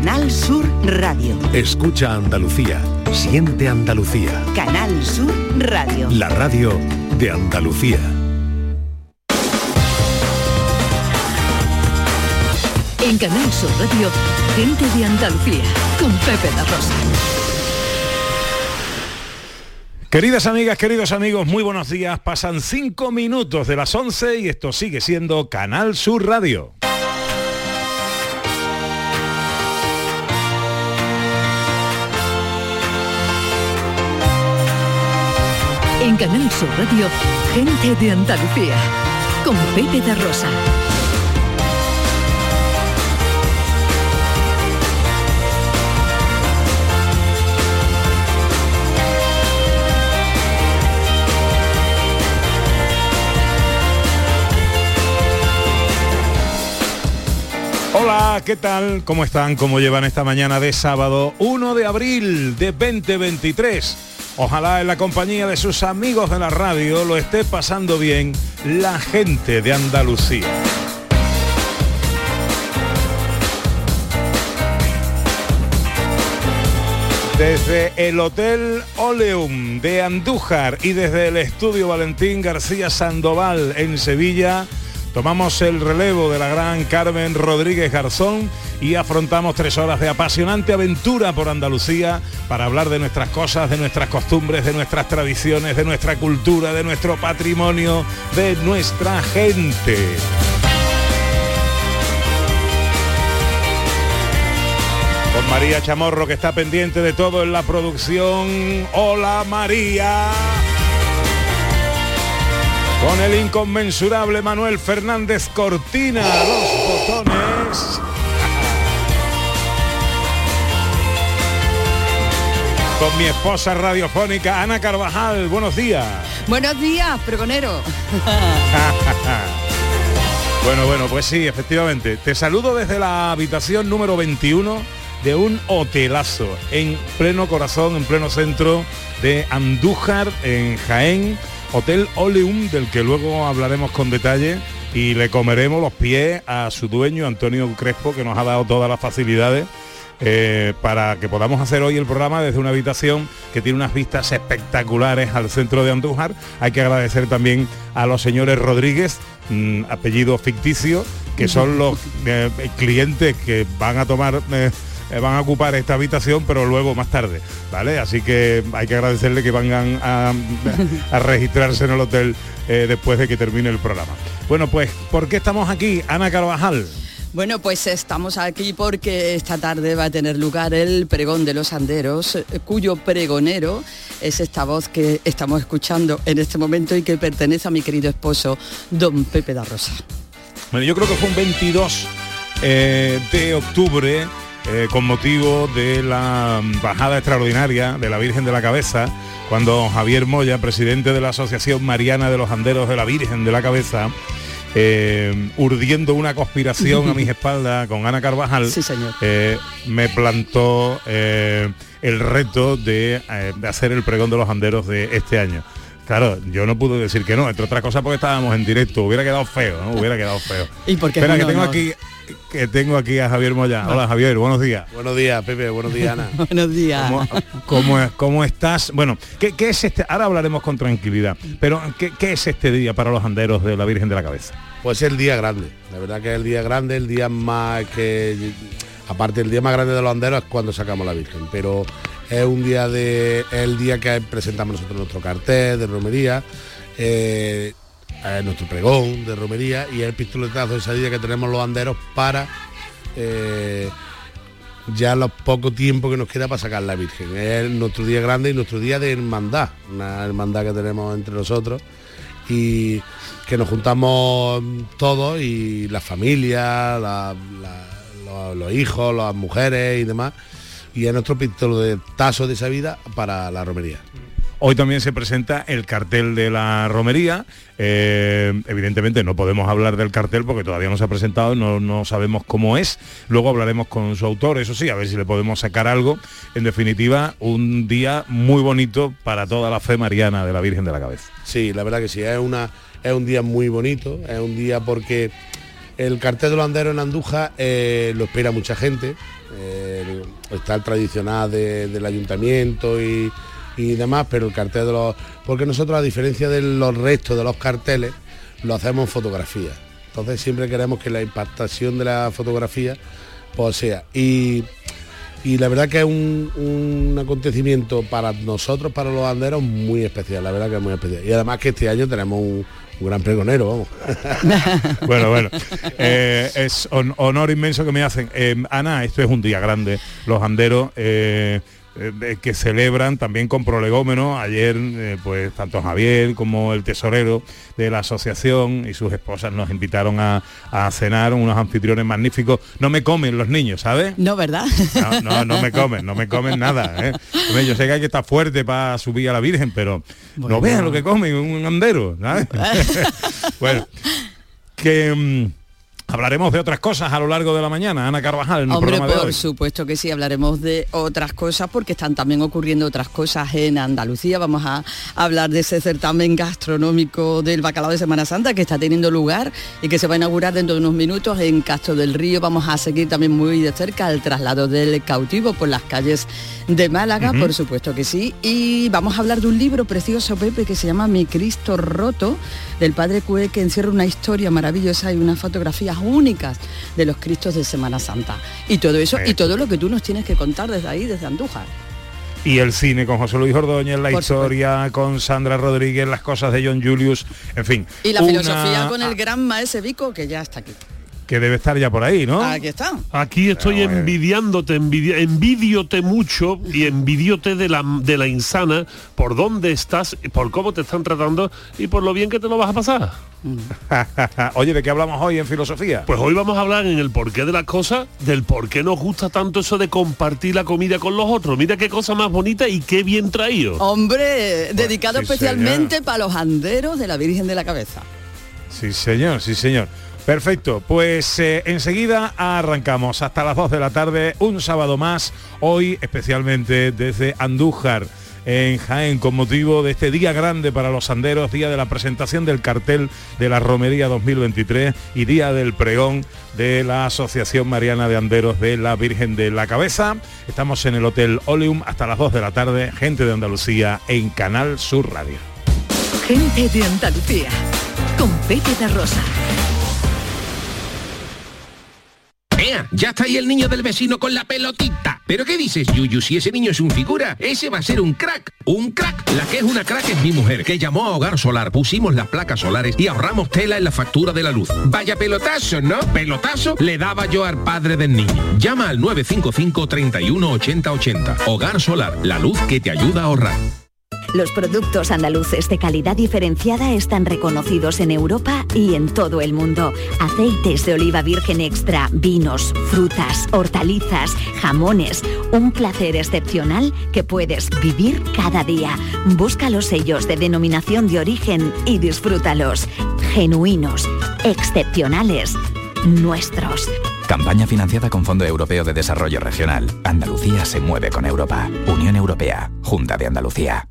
Canal Sur Radio. Escucha Andalucía, siente Andalucía. Canal Sur Radio. La radio de Andalucía. En Canal Sur Radio, gente de Andalucía, con Pepe da Rosa. Queridas amigas, queridos amigos, muy buenos días. Pasan 5 minutos de las 11 y esto sigue siendo Canal Sur Radio. En Canal Sur Radio, gente de Andalucía, con Pepe da Rosa. Hola, ¿qué tal? ¿Cómo están? ¿Cómo llevan esta mañana de sábado 1 de abril de 2023? Ojalá en la compañía de sus amigos de la radio lo esté pasando bien la gente de Andalucía. Desde el Hotel Oleum de Andújar y desde el Estudio Valentín García Sandoval en Sevilla, tomamos el relevo de la gran Carmen Rodríguez Garzón y afrontamos 3 horas de apasionante aventura por Andalucía para hablar de nuestras cosas, de nuestras costumbres, de nuestras tradiciones, de nuestra cultura, de nuestro patrimonio, de nuestra gente. Con María Chamorro, que está pendiente de todo en la producción. ¡Hola, María! Con el inconmensurable Manuel Fernández Cortina, los botones. Con mi esposa radiofónica, Ana Carvajal. Buenos días. Buenos días, pregonero. Bueno, pues sí, efectivamente. Te saludo desde la habitación número 21 de un hotelazo en pleno corazón, en pleno centro de Andújar, en Jaén. Hotel Oleum, del que luego hablaremos con detalle y le comeremos los pies a su dueño, Antonio Crespo, que nos ha dado todas las facilidades para que podamos hacer hoy el programa desde una habitación que tiene unas vistas espectaculares al centro de Andújar. Hay que agradecer también a los señores Rodríguez, apellido ficticio, que son los clientes que van a tomar... van a ocupar esta habitación, pero luego más tarde, ¿vale? Así que hay que agradecerle que vengan a registrarse en el hotel después de que termine el programa. Bueno, pues, ¿por qué estamos aquí, Ana Carvajal? Bueno, pues estamos aquí porque esta tarde va a tener lugar el pregón de los anderos, cuyo pregonero es esta voz que estamos escuchando en este momento y que pertenece a mi querido esposo, don Pepe da Rosa. Bueno, yo creo que fue un 22 de octubre, con motivo de la bajada extraordinaria de la Virgen de la Cabeza, cuando Javier Moya, presidente de la Asociación Mariana de los Anderos de la Virgen de la Cabeza, urdiendo una conspiración a mis espaldas con Ana Carvajal, sí, señor. Me plantó el reto de hacer el pregón de los anderos de este año. Claro, yo no pude decir que no, entre otras cosas porque estábamos en directo, hubiera quedado feo, ¿no? Hubiera quedado feo. ¿Y por qué? Espera, no, que tengo aquí a Javier Moya. Hola, Javier, buenos días. Buenos días, Pepe, buenos días, Ana. Buenos días. ¿Cómo estás? Bueno, ¿qué es este? Ahora hablaremos con tranquilidad, pero ¿qué es este día para los anderos de la Virgen de la Cabeza? Pues es el día grande, la verdad que es el día grande, el día más que... Aparte, el día más grande de los anderos es cuando sacamos la Virgen, pero es un día el día que presentamos nosotros nuestro cartel de romería, nuestro pregón de romería y el pistoletazo de salida que tenemos los anderos para ya los poco tiempo que nos queda para sacar la Virgen. Es nuestro día grande y nuestro día de hermandad, una hermandad que tenemos entre nosotros y que nos juntamos todos y las familias, los hijos, las mujeres y demás, y es nuestro pistoletazo de esa vida para la romería. Hoy también se presenta el cartel de la romería. Evidentemente no podemos hablar del cartel porque todavía no se ha presentado, no sabemos cómo es. Luego hablaremos con su autor, eso sí, a ver si le podemos sacar algo. En definitiva, un día muy bonito para toda la fe mariana de la Virgen de la Cabeza. Sí, la verdad que sí, es un día muy bonito, es un día porque el cartel de los anderos en Andújar lo espera mucha gente, Está el tradicional del ayuntamiento y demás, pero el cartel porque nosotros, a diferencia de los restos de los carteles, lo hacemos en fotografía. Entonces siempre queremos que la impactación de la fotografía pues sea. Y la verdad que es un acontecimiento para nosotros, para los anderos, muy especial, la verdad que es muy especial. Y además que este año tenemos un gran pregonero, vamos. Bueno, es honor inmenso que me hacen. Ana, esto es un día grande. Los anderos que celebran también con prolegómenos. Ayer, pues tanto Javier como el tesorero de la asociación y sus esposas nos invitaron a cenar, unos anfitriones magníficos. No me comen los niños, ¿sabes? No, ¿verdad? No me comen nada, ¿eh? Hombre, yo sé que hay que estar fuerte para subir a la Virgen, pero bueno, no vean lo que comen un andero, ¿sabes? Bueno, que... hablaremos de otras cosas a lo largo de la mañana, Ana Carvajal, en el programa de hoy. Por supuesto que sí, hablaremos de otras cosas porque están también ocurriendo otras cosas en Andalucía. Vamos a hablar de ese certamen gastronómico del bacalao de Semana Santa que está teniendo lugar y que se va a inaugurar dentro de unos minutos en Castro del Río. Vamos a seguir también muy de cerca el traslado del cautivo por las calles de Málaga, por supuesto que sí. Y vamos a hablar de un libro precioso, Pepe, que se llama Mi Cristo Roto, del padre Cue, que encierra una historia maravillosa y unas fotografías únicas de los Cristos de Semana Santa. Y todo eso y todo lo que tú nos tienes que contar desde ahí, desde Andújar. Y el cine con José Luis Ordóñez, la historia con Sandra Rodríguez, las cosas de John Julius, en fin. Y la filosofía con el gran maese Vico, que ya está aquí. Que debe estar ya por ahí, ¿no? Aquí está. Aquí estoy envidiándote, envidiote mucho y envidiote de la insana por dónde estás, por cómo te están tratando y por lo bien que te lo vas a pasar. Oye, ¿de qué hablamos hoy en filosofía? Pues hoy vamos a hablar en el porqué de las cosas, del por qué nos gusta tanto eso de compartir la comida con los otros. Mira qué cosa más bonita y qué bien traído. Hombre, pues, dedicado especialmente para los anderos de la Virgen de la Cabeza. Sí, señor, sí, señor. Perfecto, pues enseguida arrancamos hasta las 2 de la tarde, un sábado más, hoy especialmente desde Andújar, en Jaén, con motivo de este día grande para los anderos, día de la presentación del cartel de la Romería 2023 y día del pregón de la Asociación Mariana de Anderos de la Virgen de la Cabeza. Estamos en el Hotel Oleum hasta las 2 de la tarde, gente de Andalucía en Canal Sur Radio. Gente de Andalucía, con Pepe da Rosa. Ya está ahí el niño del vecino con la pelotita. ¿Pero qué dices, Yuyu? Si ese niño es un figura, ese va a ser un crack. Un crack. La que es una crack es mi mujer, que llamó a Hogar Solar. Pusimos las placas solares y ahorramos tela en la factura de la luz. Vaya pelotazo, ¿no? Pelotazo le daba yo al padre del niño. Llama al 955 31 80 80. Hogar Solar, la luz que te ayuda a ahorrar. Los productos andaluces de calidad diferenciada están reconocidos en Europa y en todo el mundo. Aceites de oliva virgen extra, vinos, frutas, hortalizas, jamones. Un placer excepcional que puedes vivir cada día. Busca los sellos de denominación de origen y disfrútalos. Genuinos, excepcionales, nuestros. Campaña financiada con Fondo Europeo de Desarrollo Regional. Andalucía se mueve con Europa. Unión Europea. Junta de Andalucía.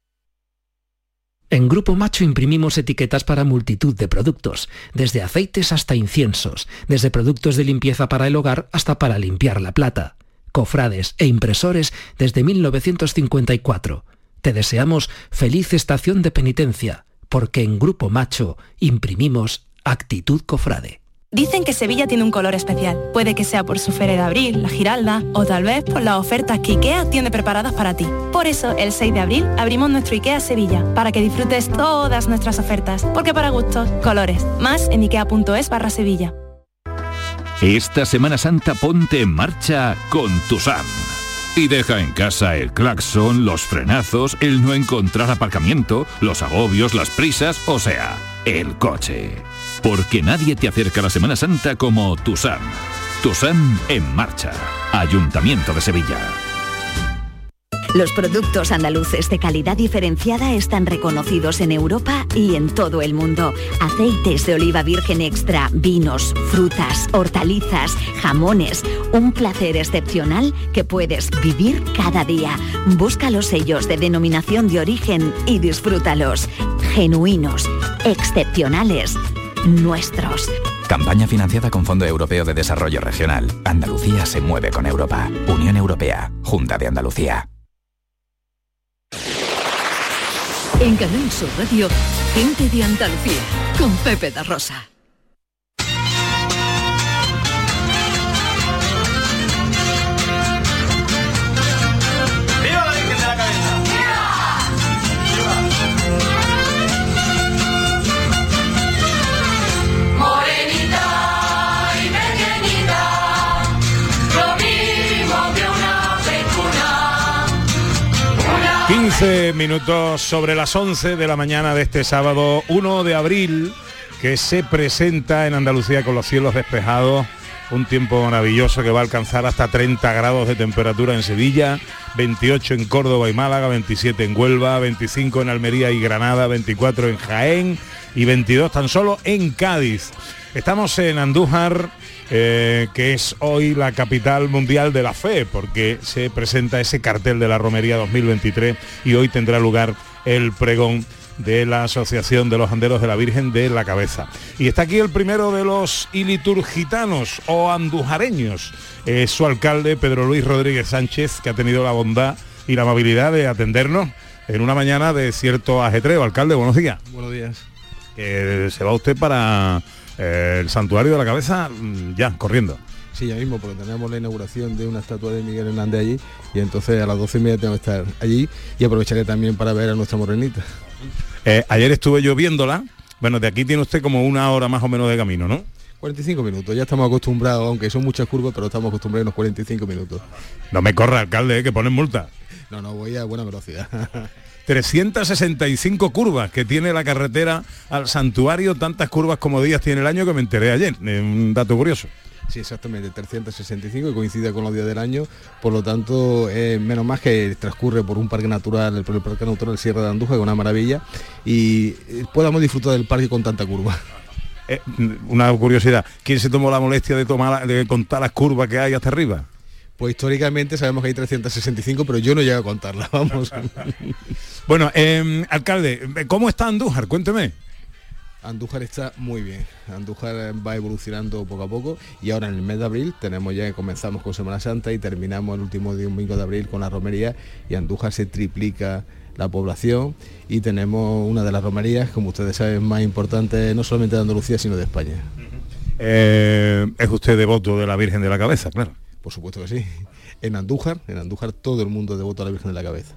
En Grupo Macho imprimimos etiquetas para multitud de productos, desde aceites hasta inciensos, desde productos de limpieza para el hogar hasta para limpiar la plata. Cofrades e impresores desde 1954. Te deseamos feliz estación de penitencia, porque en Grupo Macho imprimimos actitud cofrade. Dicen que Sevilla tiene un color especial. Puede que sea por su Feria de Abril, la Giralda, o tal vez por las ofertas que IKEA tiene preparadas para ti. Por eso, el 6 de abril abrimos nuestro IKEA Sevilla, para que disfrutes todas nuestras ofertas. Porque para gustos, colores. Más en ikea.es/Sevilla. Esta Semana Santa ponte en marcha con Tusam. Y deja en casa el claxon, los frenazos, el no encontrar aparcamiento, los agobios, las prisas, o sea, el coche. Porque nadie te acerca a la Semana Santa como Tusam. Tusam en marcha. Ayuntamiento de Sevilla. Los productos andaluces de calidad diferenciada están reconocidos en Europa y en todo el mundo. Aceites de oliva virgen extra, vinos, frutas, hortalizas, jamones. Un placer excepcional que puedes vivir cada día. Busca los sellos de denominación de origen y disfrútalos. Genuinos, excepcionales, nuestros. Campaña financiada con Fondo Europeo de Desarrollo Regional. Andalucía se mueve con Europa. Unión Europea. Junta de Andalucía. En Canal Sur Radio, Gente de Andalucía, con Pepe da Rosa. ¡Viva la Virgen de la Cabeza! ¡Viva! Morenita y pequeñita, lo mismo que una pecuna. 15 minutos sobre las 11 de la mañana de este sábado 1 de abril, que se presenta en Andalucía con los cielos despejados, un tiempo maravilloso que va a alcanzar hasta 30 grados de temperatura en Sevilla, 28 en Córdoba y Málaga, 27 en Huelva, 25 en Almería y Granada, 24 en Jaén y 22 tan solo en Cádiz. Estamos en Andújar, que es hoy la capital mundial de la fe, porque se presenta ese cartel de la Romería 2023 y hoy tendrá lugar el pregón de la Asociación de los Anderos de la Virgen de la Cabeza. Y está aquí el primero de los iliturgitanos o andujareños, su alcalde Pedro Luis Rodríguez Sánchez, que ha tenido la bondad y la amabilidad de atendernos en una mañana de cierto ajetreo. Alcalde, buenos días. Buenos días. Se va usted para el Santuario de la Cabeza ya, corriendo. Sí, ya mismo, porque tenemos la inauguración de una estatua de Miguel Hernández allí, y entonces a las 12:30 tengo que estar allí, y aprovecharé también para ver a nuestra morenita. Ayer estuve yo viéndola. Bueno, de aquí tiene usted como una hora más o menos de camino, ¿no? 45 minutos, ya estamos acostumbrados, aunque son muchas curvas, pero estamos acostumbrados a unos 45 minutos. No me corra, alcalde, que ponen multa. No, voy a buena velocidad. 365 curvas que tiene la carretera al santuario, tantas curvas como días tiene el año, que me enteré ayer. Un dato curioso. Sí, exactamente, 365, que coincide con los días del año, por lo tanto, menos más que transcurre por un parque natural, por el Parque Natural Sierra de Andújar, que es una maravilla, y podamos disfrutar del parque con tanta curva. Una curiosidad, ¿quién se tomó la molestia de contar las curvas que hay hasta arriba? Pues históricamente sabemos que hay 365, pero yo no llego a contarlas, vamos. Bueno, alcalde, ¿cómo está Andújar? Cuénteme. Andújar está muy bien, Andújar va evolucionando poco a poco, y ahora en el mes de abril comenzamos con Semana Santa y terminamos el último domingo de abril con la romería, y Andújar se triplica la población y tenemos una de las romerías, como ustedes saben, más importantes no solamente de Andalucía sino de España. ¿Es usted devoto de la Virgen de la Cabeza? Claro. Por supuesto que sí. En Andújar todo el mundo es devoto a la Virgen de la Cabeza.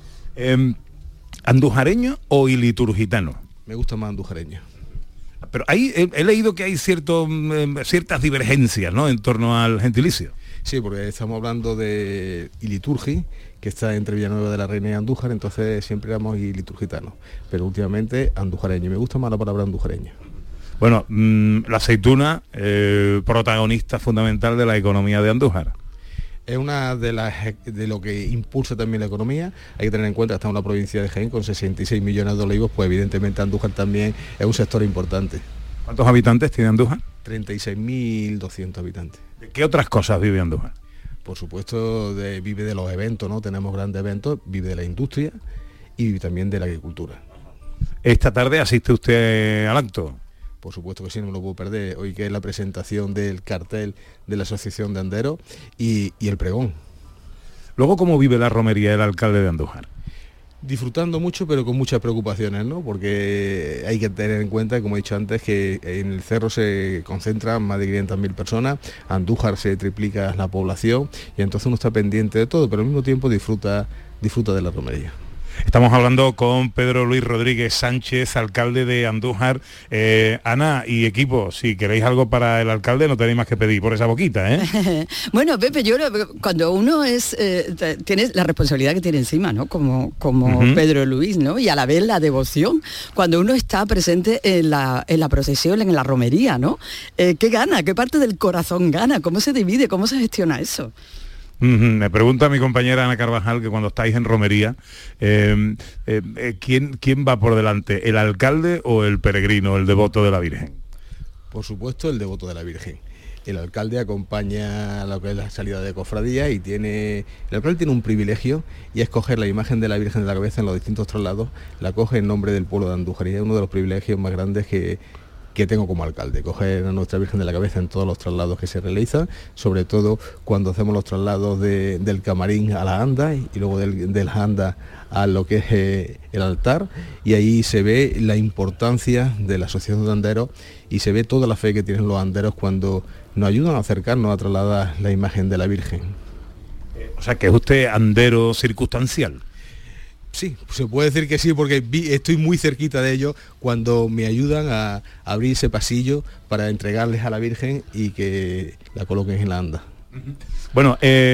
¿Andujareño o iliturgitano? Me gusta más andujareño. Pero ahí he leído que hay ciertas divergencias, ¿no?, en torno al gentilicio. Sí, porque estamos hablando de iliturgi, que está entre Villanueva de la Reina y Andújar, entonces siempre éramos iliturgitanos, pero últimamente andujareño. Me gusta más la palabra andujareño. Bueno, la aceituna, protagonista fundamental de la economía de Andújar. Es una de lo que impulsa también la economía. Hay que tener en cuenta que estamos en la provincia de Jaén con 66 millones de olivos, pues evidentemente Andújar también es un sector importante. ¿Cuántos habitantes tiene Andújar? 36.200 habitantes. ¿De qué otras cosas vive Andújar? Por supuesto, vive de los eventos, ¿no? Tenemos grandes eventos, vive de la industria y vive también de la agricultura. ¿Esta tarde asiste usted al acto? Por supuesto que sí, no me lo puedo perder. Hoy que es la presentación del cartel de la Asociación de Anderos y el pregón. Luego, ¿cómo vive la romería el alcalde de Andújar? Disfrutando mucho, pero con muchas preocupaciones, ¿no? Porque hay que tener en cuenta, como he dicho antes, que en el cerro se concentran más de 500.000 personas, Andújar se triplica la población, y entonces uno está pendiente de todo, pero al mismo tiempo disfruta de la romería. Estamos hablando con Pedro Luis Rodríguez Sánchez, alcalde de Andújar. Ana y equipo, si queréis algo para el alcalde no tenéis más que pedir por esa boquita, ¿eh? Bueno, Pepe, cuando uno tiene la responsabilidad que tiene encima, ¿no? Como Pedro Luis, ¿no? Y a la vez la devoción, cuando uno está presente en la procesión, en la romería, ¿no? ¿Qué gana? ¿Qué parte del corazón gana? ¿Cómo se divide? ¿Cómo se gestiona eso? Me pregunta mi compañera Ana Carvajal que cuando estáis en romería, ¿quién va por delante, el alcalde o el peregrino, el devoto de la Virgen? Por supuesto, el devoto de la Virgen. El alcalde acompaña lo que es la salida de cofradía y el alcalde tiene un privilegio, y es coger la imagen de la Virgen de la Cabeza en los distintos traslados, la coge en nombre del pueblo de Andújar, y es uno de los privilegios más grandes que que tengo como alcalde, coger a nuestra Virgen de la Cabeza en todos los traslados que se realizan, sobre todo cuando hacemos los traslados del camarín a la anda y luego del anda a lo que es el altar, y ahí se ve la importancia de la asociación de anderos y se ve toda la fe que tienen los anderos cuando nos ayudan a acercarnos a trasladar la imagen de la Virgen. O sea, que es usted andero circunstancial. Sí, se puede decir que sí, porque estoy muy cerquita de ellos cuando me ayudan a abrir ese pasillo para entregarles a la Virgen y que la coloquen en la anda. Bueno,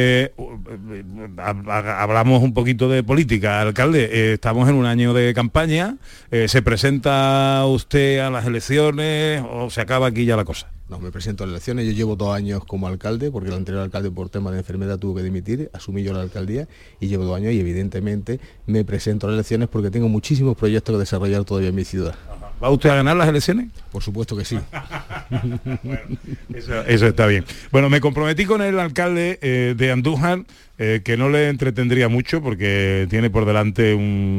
hablamos un poquito de política, alcalde. Estamos en un año de campaña. ¿Se presenta usted a las elecciones o se acaba aquí ya la cosa? No, me presento a las elecciones. Yo llevo 2 años como alcalde, porque el anterior alcalde por tema de enfermedad tuvo que dimitir, asumí yo la alcaldía y llevo 2 años y evidentemente me presento a las elecciones porque tengo muchísimos proyectos que desarrollar todavía en mi ciudad. ¿Va usted a ganar las elecciones? Por supuesto que sí. Bueno, eso está bien. Bueno, me comprometí con el alcalde de Andújar, que no le entretendría mucho porque tiene por delante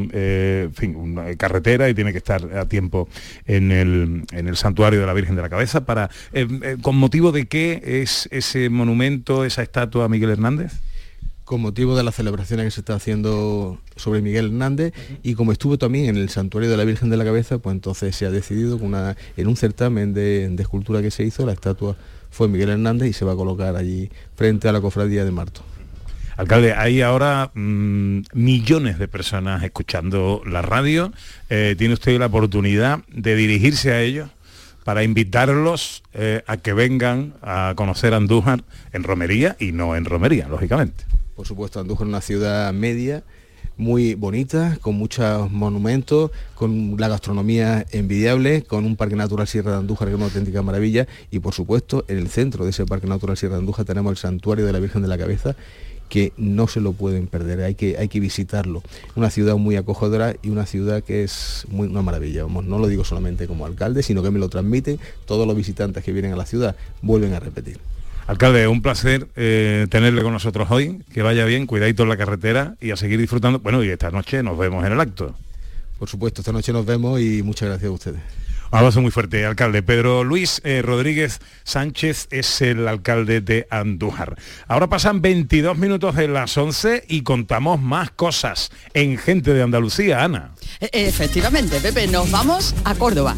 una carretera y tiene que estar a tiempo en el santuario de la Virgen de la Cabeza. ¿Con motivo de qué es ese monumento, esa estatua a Miguel Hernández? Con motivo de las celebraciones que se está haciendo sobre Miguel Hernández, y como estuvo también en el santuario de la Virgen de la Cabeza, pues entonces se ha decidido que en un certamen de escultura que se hizo, la estatua fue Miguel Hernández y se va a colocar allí frente a la cofradía de Marto. Alcalde, hay ahora millones de personas escuchando la radio. ¿Tiene usted la oportunidad de dirigirse a ellos para invitarlos a que vengan a conocer Andújar en romería y no en romería, lógicamente? Por supuesto, Andújar es una ciudad media, muy bonita, con muchos monumentos, con la gastronomía envidiable, con un parque natural Sierra de Andújar que es una auténtica maravilla, y por supuesto en el centro de ese parque natural Sierra de Andújar tenemos el santuario de la Virgen de la Cabeza, que no se lo pueden perder, hay que visitarlo. Una ciudad muy acogedora y una ciudad que es una maravilla. Vamos, no lo digo solamente como alcalde, sino que me lo transmiten todos los visitantes que vienen a la ciudad, vuelven a repetir. Alcalde, un placer tenerle con nosotros hoy, que vaya bien, cuidadito en la carretera y a seguir disfrutando. Bueno, y esta noche nos vemos en el acto. Por supuesto, esta noche nos vemos y muchas gracias a ustedes. Un abrazo muy fuerte, alcalde. Pedro Luis Rodríguez Sánchez es el alcalde de Andújar. Ahora pasan 22 minutos de las 11 y contamos más cosas en Gente de Andalucía, Ana. Efectivamente, Pepe, nos vamos a Córdoba.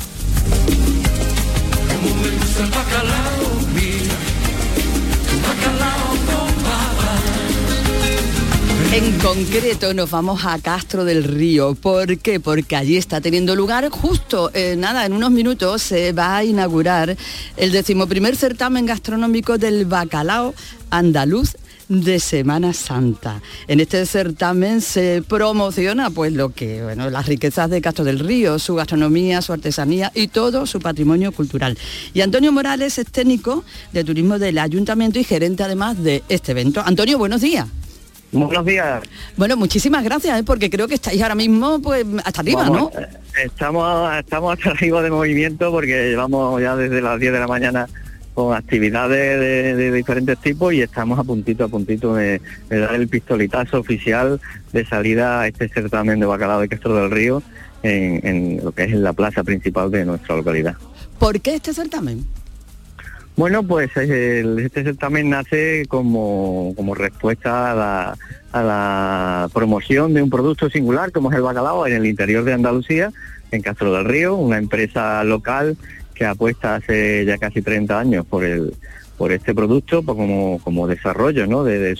En concreto nos vamos a Castro del Río. ¿Por qué? Porque allí está teniendo lugar justo, en unos minutos se va a inaugurar el 11º certamen gastronómico del bacalao andaluz de Semana Santa. En este certamen se promociona pues las riquezas de Castro del Río, su gastronomía, su artesanía y todo su patrimonio cultural. Y Antonio Morales es técnico de turismo del ayuntamiento y gerente además de este evento. Antonio, buenos días. Buenos días. Bueno, muchísimas gracias, porque creo que estáis ahora mismo pues hasta arriba, ¿no? Estamos hasta arriba de movimiento porque llevamos ya desde las 10 de la mañana con actividades de diferentes tipos y estamos a puntito de dar el pistoletazo oficial de salida a este certamen de bacalao de Castro del Río en lo que es la plaza principal de nuestra localidad. ¿Por qué este certamen? Bueno, pues este certamen nace como respuesta a la promoción de un producto singular como es el bacalao en el interior de Andalucía, en Castro del Río, una empresa local que apuesta hace ya casi 30 años por este producto como desarrollo, ¿no? de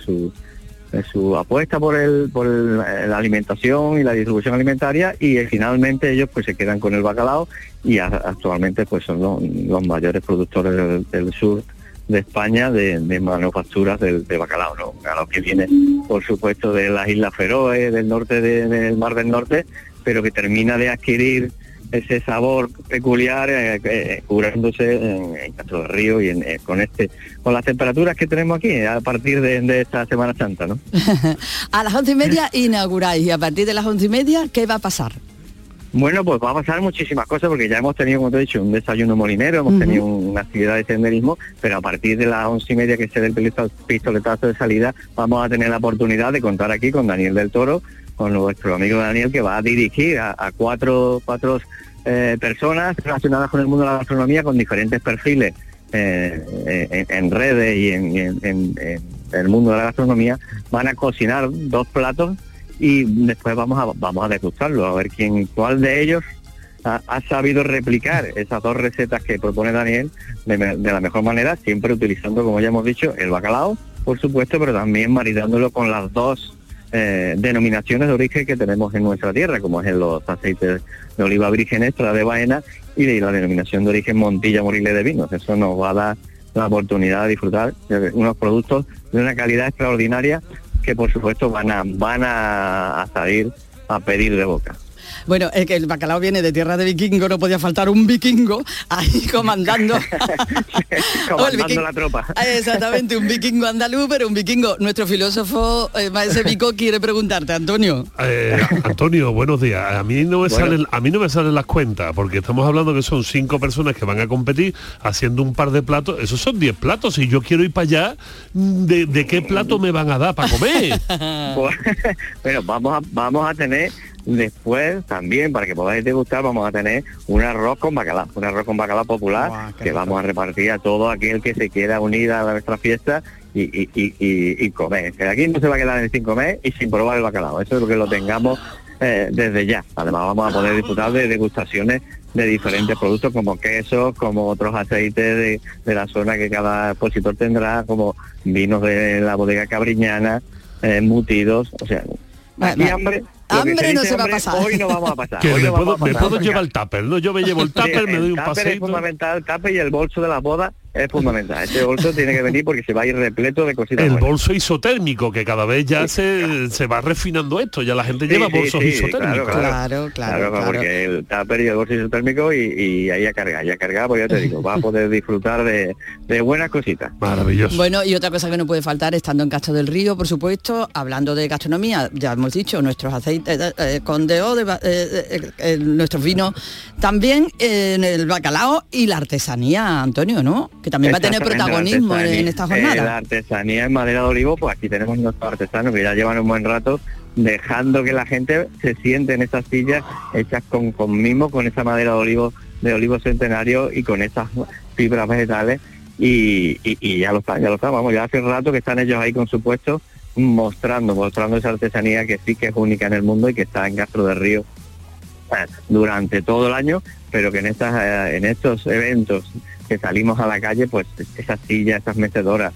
su apuesta por la alimentación y la distribución alimentaria, y finalmente ellos pues se quedan con el bacalao y actualmente pues son los mayores productores del sur de España de manufacturas de bacalao, ¿no? Bacalao que viene por supuesto de las Islas Feroe, del norte del Mar del Norte, pero que termina de adquirir ese sabor peculiar curándose en Castro del Río y con las temperaturas que tenemos aquí a partir de esta Semana Santa, ¿no? A las 11:30 inauguráis, y a partir de las 11:30, ¿qué va a pasar? Bueno, pues va a pasar muchísimas cosas porque ya hemos tenido, como te he dicho, un desayuno molinero, hemos tenido una actividad de senderismo, pero a partir de las 11:30 que se dé el pistoletazo de salida, vamos a tener la oportunidad de contar aquí con Daniel del Toro, con nuestro amigo Daniel, que va a dirigir a cuatro personas relacionadas con el mundo de la gastronomía, con diferentes perfiles en redes y en el mundo de la gastronomía. Van a cocinar 2 platos y después vamos a degustarlo, a ver cuál de ellos ha sabido replicar esas 2 recetas que propone Daniel de la mejor manera, siempre utilizando, como ya hemos dicho, el bacalao, por supuesto, pero también maridándolo con las 2 denominaciones de origen que tenemos en nuestra tierra, como es los aceites de oliva virgen extra de Baena y de la denominación de origen Montilla Moriles de Vinos. Eso nos va a dar la oportunidad de disfrutar de unos productos de una calidad extraordinaria que por supuesto van a salir a pedir de boca. Bueno, es que el bacalao viene de tierra de vikingo, no podía faltar un vikingo ahí comandando. Comandando la tropa. Exactamente, un vikingo andaluz, pero un vikingo. Nuestro filósofo Maese Vico quiere preguntarte, Antonio. Antonio, buenos días. A mí no me salen las cuentas, porque estamos hablando que son 5 personas que van a competir haciendo un par de platos. Esos son 10 platos. Y yo quiero ir para allá, ¿de qué plato me van a dar para comer? Bueno, vamos a tener después también, para que podáis degustar, vamos a tener un arroz con bacalao popular, que vamos a repartir a todo aquel que se quiera unir a nuestra fiesta y comer. Que aquí no se va a quedar sin comer y sin probar el bacalao. Eso es lo que lo tengamos desde ya. Además vamos a poder disfrutar de degustaciones de diferentes productos, como quesos, como otros aceites de la zona que cada expositor tendrá, como vinos de la bodega cabriñana, embutidos, o sea, aquí hambre no se va a pasar. Hoy no vamos a pasar. Que me puedo llevar el tupper, ¿no? Yo me llevo el tupper, me doy un paseo. Es fundamental, el tupper y el bolso de la boda es fundamental. Este bolso tiene que venir porque se va a ir repleto de cositas. El bolso isotérmico, que cada vez ya se va refinando esto, ya la gente lleva bolsos isotérmicos. Claro, porque el tupper y el bolso isotérmico y ahí a cargar, pues ya te digo, va a poder disfrutar de buenas cositas. Maravilloso. Bueno, y otra cosa que no puede faltar, estando en Castro del Río, por supuesto, hablando de gastronomía, ya hemos dicho, nuestros aceites con nuestros vinos, también en el bacalao y la artesanía, Antonio, ¿no? Que también va a tener protagonismo en esta jornada. La artesanía en madera de olivo, pues aquí tenemos nuestros artesanos que ya llevan un buen rato dejando que la gente se siente en esas sillas hechas con mimo, con esa madera de olivo centenario y con esas fibras vegetales y ya lo están, vamos, ya hace rato que están ellos ahí con su puesto mostrando esa artesanía que sí que es única en el mundo y que está en Castro del Río durante todo el año, pero que en estos eventos que salimos a la calle, pues esas sillas, esas mecedoras,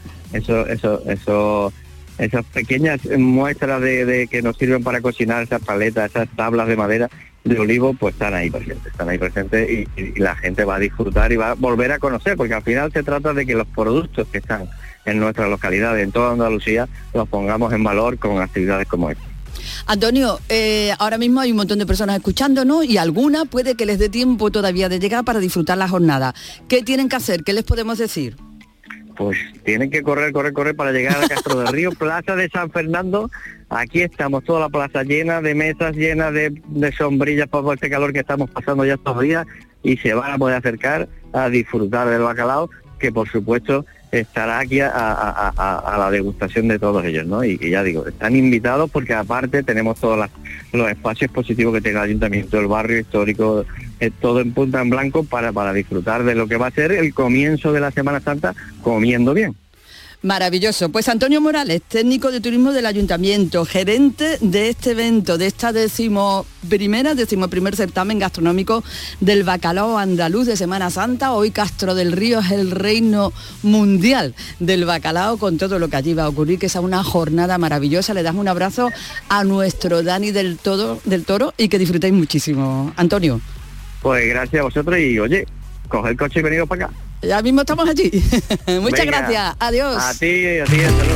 esas pequeñas muestras de que nos sirven para cocinar, esas paletas, esas tablas de madera de olivo, pues están ahí presentes y la gente va a disfrutar y va a volver a conocer, porque al final se trata de que los productos que están en nuestra localidad, en toda Andalucía, los pongamos en valor con actividades como esta. Antonio, ahora mismo hay un montón de personas escuchándonos y alguna puede que les dé tiempo todavía de llegar para disfrutar la jornada. ¿Qué tienen que hacer? ¿Qué les podemos decir? Pues tienen que correr para llegar a Castro del Río, Plaza de San Fernando. Aquí estamos, toda la plaza llena de mesas, llena de sombrillas por este calor que estamos pasando ya estos días, y se van a poder acercar a disfrutar del bacalao, que por supuesto estará aquí a la degustación de todos ellos, ¿no? Y ya digo, están invitados porque aparte tenemos todos los espacios positivos que tiene el ayuntamiento, el barrio histórico, todo en punta en blanco para disfrutar de lo que va a ser el comienzo de la Semana Santa comiendo bien. Maravilloso. Pues Antonio Morales, técnico de turismo del ayuntamiento, gerente de este evento, de esta decimoprimer certamen gastronómico del bacalao andaluz de Semana Santa. Hoy Castro del Río es el reino mundial del bacalao, con todo lo que allí va a ocurrir, que es una jornada maravillosa. Le damos un abrazo a nuestro Dani del Toro y que disfrutéis muchísimo. Antonio. Pues gracias a vosotros y oye, coge el coche y venidos para acá. Ya mismo estamos allí. Muchas gracias. Adiós. A ti, hasta luego.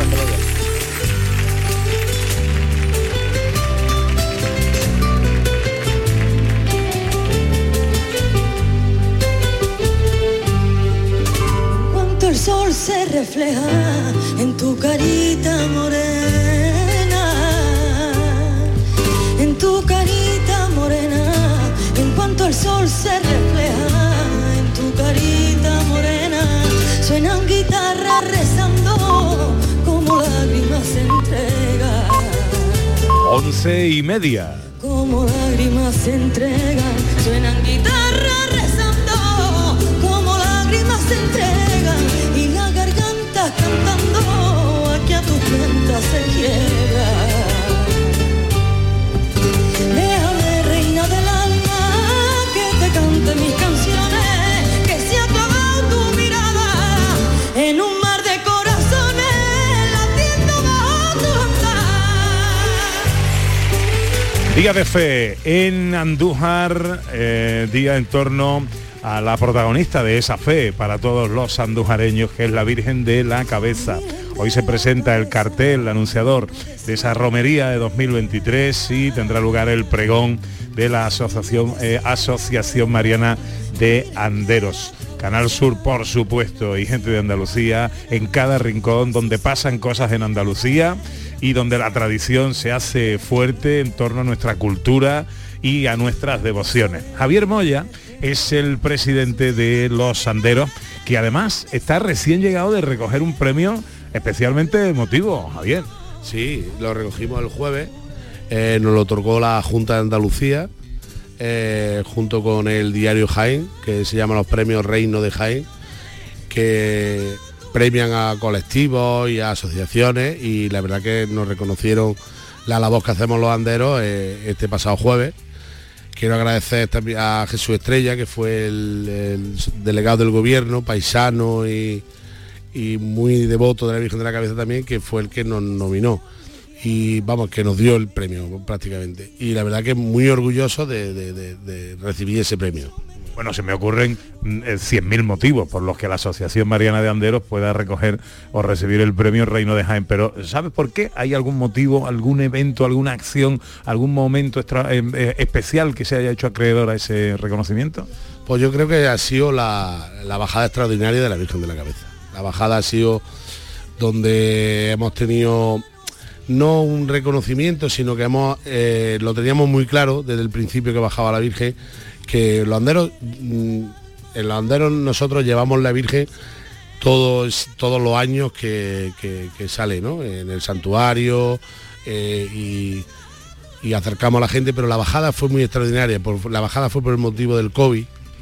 Cuánto el sol se refleja en tu carita morena, en tu carita morena, en cuanto el sol se refleja en tu carita morena, suenan guitarras rezando como lágrimas se entregan. 11:30. Como lágrimas se entregan, suenan guitarras rezando, como lágrimas se entregan y la garganta cantando, aquí a tus plantas se quiebra. Déjame, reina del alma, que te cante mis canciones, que se ha clavado tu mirada en un mar de corazones latiendo bajo tu andar. Día de fe en Andújar, día en torno a la protagonista de esa fe para todos los andujareños, que es la Virgen de la Cabeza. Hoy se presenta el cartel anunciador de esa romería de 2023 y tendrá lugar el pregón de la Asociación Mariana de Anderos. Canal Sur, por supuesto, y gente de Andalucía en cada rincón donde pasan cosas en Andalucía y donde la tradición se hace fuerte en torno a nuestra cultura y a nuestras devociones. Javier Moya es el presidente de Los Anderos, que además está recién llegado de recoger un premio especialmente emotivo, Javier. Sí, lo recogimos el jueves, nos lo otorgó la Junta de Andalucía, junto con el diario Jaén, que se llama los premios Reino de Jaén, que premian a colectivos y a asociaciones, y la verdad que nos reconocieron la labor que hacemos los anderos este pasado jueves. Quiero agradecer también a Jesús Estrella, que fue el delegado del gobierno, paisano y muy devoto de la Virgen de la Cabeza también, que fue el que nos nominó y vamos, que nos dio el premio prácticamente. Y la verdad que muy orgulloso de recibir ese premio. Bueno, se me ocurren 100.000 motivos por los que la Asociación Mariana de Anderos pueda recoger o recibir el premio Reino de Jaén, pero ¿sabes por qué? ¿Hay algún motivo, algún evento, alguna acción, algún momento especial que se haya hecho acreedor a ese reconocimiento? Pues yo creo que ha sido la bajada extraordinaria de la Virgen de la Cabeza. La bajada ha sido donde hemos tenido no un reconocimiento, sino que lo teníamos muy claro desde el principio que bajaba la Virgen, que en los anderos nosotros llevamos la Virgen todos los años que sale, ¿no? En el santuario y acercamos a la gente, pero la bajada fue muy extraordinaria. La bajada fue por el motivo del COVID.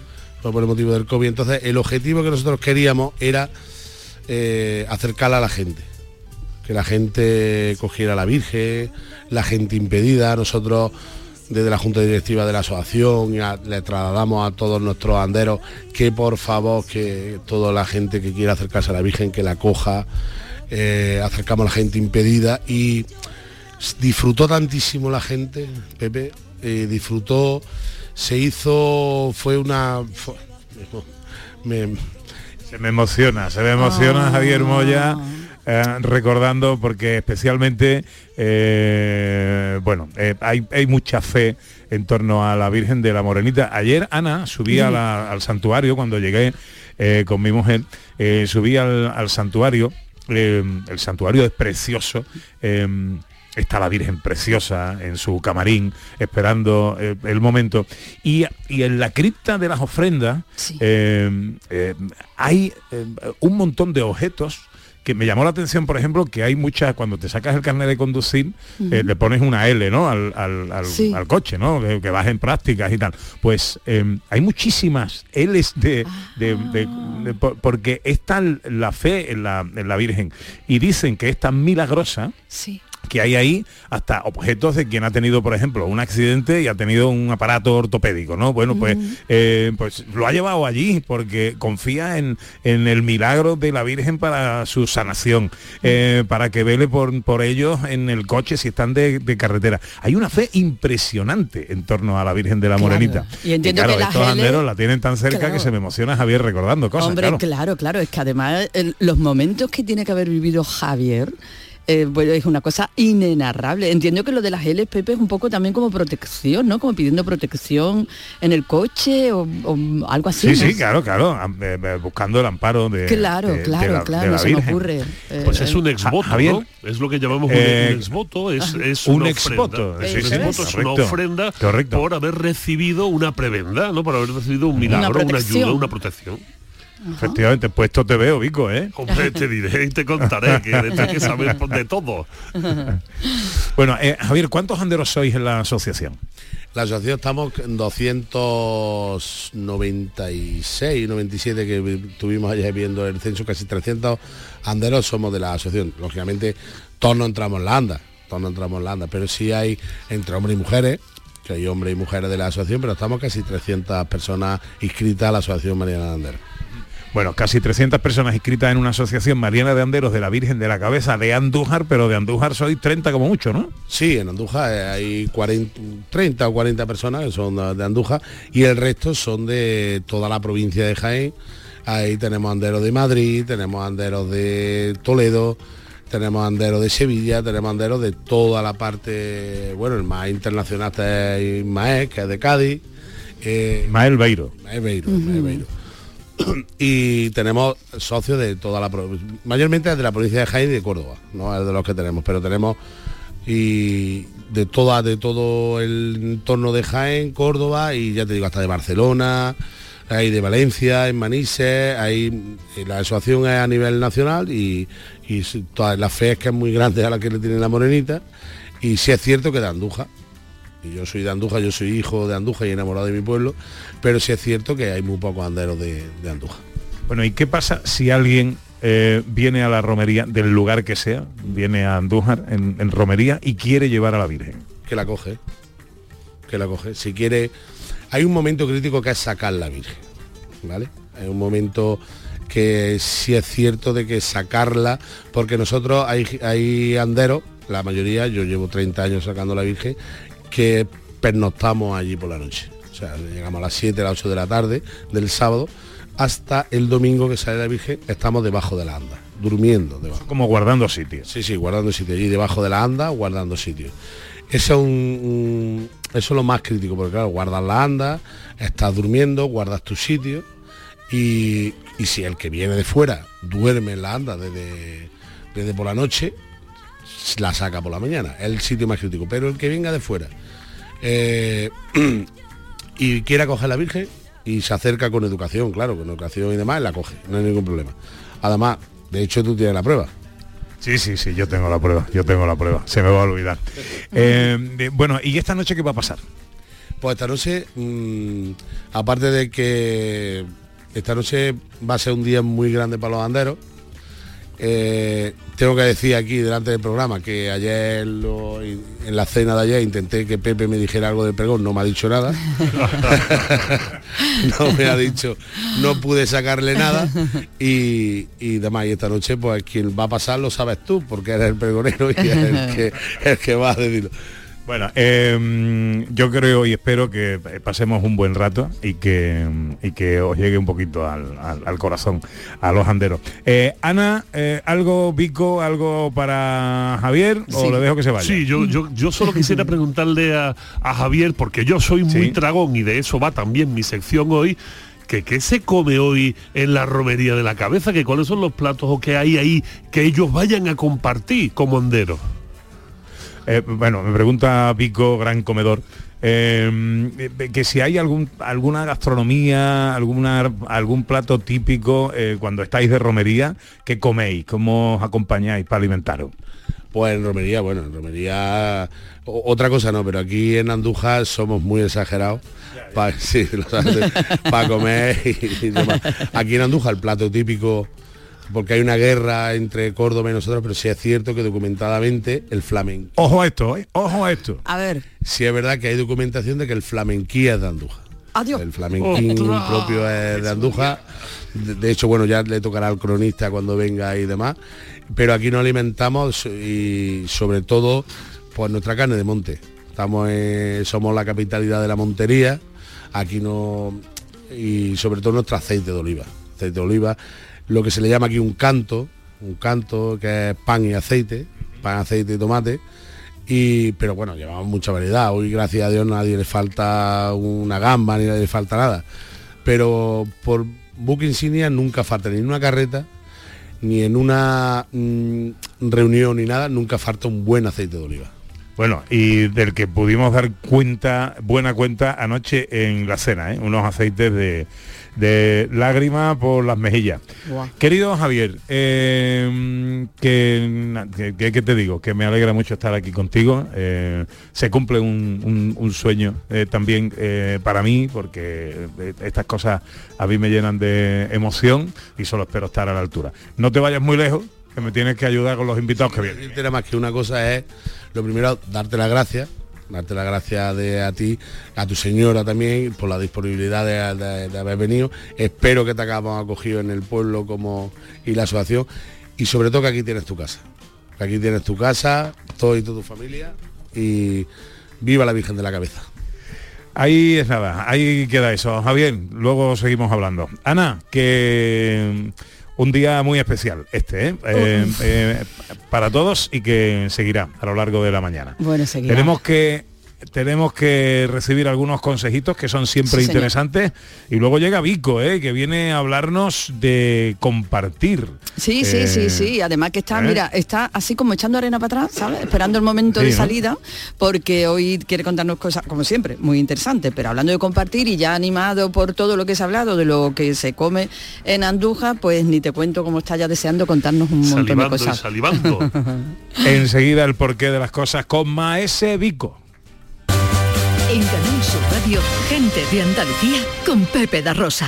Entonces el objetivo que nosotros queríamos era acercarla a la gente, que la gente cogiera a la Virgen, la gente impedida. Nosotros desde la Junta Directiva de la Asociación le trasladamos a todos nuestros anderos que por favor, que toda la gente que quiera acercarse a la Virgen, que la coja. Acercamos a la gente impedida y disfrutó tantísimo la gente, Pepe, disfrutó, se me emociona Javier Moya, recordando, porque especialmente hay mucha fe en torno a la Virgen de la Morenita. Ayer Ana subía al santuario, cuando llegué con mi mujer, subí al santuario. El santuario es precioso. Está la Virgen preciosa en su camarín, esperando el momento. Y en la cripta de las ofrendas hay un montón de objetos que me llamó la atención, por ejemplo, que hay muchas, cuando te sacas el carnet de conducir, le pones una L, ¿no? al coche, ¿no? Que vas en prácticas y tal. Pues hay muchísimas L's porque está la fe en la Virgen. Y dicen que es tan milagrosa. Sí. Que hay ahí hasta objetos de quien ha tenido, por ejemplo, un accidente y ha tenido un aparato ortopédico, ¿no? Bueno, pues lo ha llevado allí porque confía en el milagro de la Virgen para su sanación, para que vele por ellos en el coche si están de carretera. Hay una fe impresionante en torno a la Virgen de la Morenita. Y entiendo que estos anderos la tienen tan cerca que se me emociona Javier recordando cosas. Hombre, claro, es que además los momentos que tiene que haber vivido Javier, es una cosa inenarrable. Entiendo que lo de las L, Pepe, es un poco también como protección, ¿no? Como pidiendo protección en el coche o algo así. Sí, ¿no? claro, buscando el amparo de Claro, se me ocurre. Pues es un exvoto, Javier, ¿no? Es lo que llamamos un exvoto, es un una exvoto. Ofrenda. Es una ofrenda por haber recibido una prebenda, ¿no? Por haber recibido un milagro, una ayuda, una protección. Efectivamente, puesto te veo, Vico, ¿eh? Hombre, te diré y te contaré, que tienes que saber de todo. Bueno, Javier, ¿cuántos anderos sois en la asociación? La asociación estamos en 296, 97 que tuvimos ayer viendo el censo, casi 300 anderos somos de la asociación. Lógicamente, todos no entramos en la anda, pero sí hay entre hombres y mujeres, que hay hombres y mujeres de la asociación, pero estamos casi 300 personas inscritas a la Asociación Mariana de Anderos. Bueno, casi 300 personas inscritas en una asociación mariana de anderos de la Virgen de la Cabeza de Andújar, pero de Andújar sois 30 como mucho, ¿no? Sí, en Andújar hay 30 o 40 personas que son de Andújar y el resto son de toda la provincia de Jaén. Ahí tenemos anderos de Madrid, tenemos anderos de Toledo, tenemos anderos de Sevilla, tenemos anderos de toda la parte, bueno, el más internacional es Ismael, que es de Cádiz. Ismael Beiro. Y tenemos socios de toda la provincia, mayormente de la provincia de Jaén y de Córdoba, no es de los que tenemos, pero tenemos y de todo el entorno de Jaén, Córdoba y ya te digo hasta de Barcelona, hay de Valencia, en Manises, la asociación es a nivel nacional y toda la fe es que es muy grande a la que le tiene la Morenita y sí es cierto que de Andújar. Y yo soy de Andújar, yo soy hijo de Andújar y enamorado de mi pueblo, pero sí es cierto que hay muy pocos anderos de Andújar. Bueno, ¿y qué pasa si alguien viene a la romería del lugar que sea, viene a Andújar en romería y quiere llevar a la Virgen? Que la coge. Si quiere, hay un momento crítico que es sacar la Virgen, ¿vale? Hay un momento que sí es cierto de que sacarla, porque nosotros hay anderos, la mayoría, yo llevo 30 años sacando la Virgen, que pernoctamos allí por la noche. O sea, llegamos a las 7, a las 8 de la tarde del sábado, hasta el domingo que sale la Virgen, estamos debajo de la anda, durmiendo debajo. Como guardando sitio. Sí, guardando sitio. Y debajo de la anda, guardando sitio. Eso es lo más crítico, porque claro, guardas la anda, estás durmiendo, guardas tu sitio, y si el que viene de fuera duerme en la anda desde por la noche, la saca por la mañana, es el sitio más crítico. Pero el que venga de fuera y quiera coger la Virgen y se acerca con educación, claro, con educación y demás, la coge, no hay ningún problema. Además, de hecho tú tienes la prueba. Sí, yo tengo la prueba, se me va a olvidar. Bueno, ¿y esta noche qué va a pasar? Pues esta noche, aparte de que esta noche va a ser un día muy grande para los anderos, tengo que decir aquí delante del programa que ayer en la cena de ayer intenté que Pepe me dijera algo del pregón, no me ha dicho nada. No me ha dicho, no pude sacarle nada y demás. Y esta noche pues quien va a pasar lo sabes tú, porque eres el pregonero y es el que va a decirlo. Bueno, yo creo y espero que pasemos un buen rato y que os llegue un poquito al corazón, a los anderos. Ana, ¿algo, Vico, algo para Javier o sí. le dejo que se vaya? Sí, yo solo quisiera preguntarle a Javier, porque yo soy muy tragón y de eso va también mi sección hoy, ¿qué se come hoy en la romería de la Cabeza? Que ¿cuáles son los platos o qué hay ahí que ellos vayan a compartir como anderos? Bueno, me pregunta Vico, gran comedor, que si hay alguna gastronomía, algún plato típico cuando estáis de romería, ¿qué coméis? ¿Cómo os acompañáis para alimentaros? Pues en romería, otra cosa no, pero aquí en Andújar somos muy exagerados para comer y demás. Aquí en Andújar el plato típico, porque hay una guerra entre Córdoba y nosotros, pero sí es cierto que documentadamente el flamenco. Ojo a esto. A ver. Sí es verdad que hay documentación de que el flamenquí es de Andújar. Adiós. El flamenquín propio es de Andújar. De hecho, bueno, ya le tocará al cronista cuando venga y demás. Pero aquí nos alimentamos y sobre todo pues nuestra carne de monte. Somos la capitalidad de la montería. Aquí y sobre todo nuestro aceite de oliva. Lo que se le llama aquí un canto que es pan y aceite y tomate, pero bueno, llevamos mucha variedad. Hoy gracias a Dios nadie le falta una gamba ni nadie le falta nada, pero por buque insignia nunca falta ni en una carreta ni en una reunión ni nada, nunca falta un buen aceite de oliva. Bueno, y del que pudimos dar buena cuenta anoche en la cena, unos aceites de lágrima por las mejillas. Wow. Querido Javier, que te digo, que me alegra mucho estar aquí contigo. Se cumple un sueño también para mí, porque estas cosas a mí me llenan de emoción y solo espero estar a la altura. No te vayas muy lejos, que me tienes que ayudar con los invitados que vienen. Nada más que una cosa es, lo primero, darte las gracias a ti, a tu señora también, por la disponibilidad de haber venido. Espero que te hayamos acogido en el pueblo y la asociación, y sobre todo que aquí tienes tu casa. Aquí tienes tu casa, todo y toda tu familia, y viva la Virgen de la Cabeza. Ahí es nada, ahí queda eso. Javier, luego seguimos hablando. Ana, que un día muy especial para todos, y que seguirá a lo largo de la mañana. Bueno, seguirá. Tenemos que recibir algunos consejitos que son siempre interesantes, y luego llega Vico, que viene a hablarnos de compartir. Sí, además que está, mira, está así como echando arena para atrás, ¿sabes? Esperando el momento de salida, porque hoy quiere contarnos cosas, como siempre, muy interesantes, pero hablando de compartir y ya animado por todo lo que se ha hablado, de lo que se come en Andújar, pues ni te cuento cómo está ya deseando contarnos un montón de cosas. Salivando. Enseguida el porqué de las cosas con Maese Vico. En Canal Sur Radio, gente de Andalucía con Pepe da Rosa.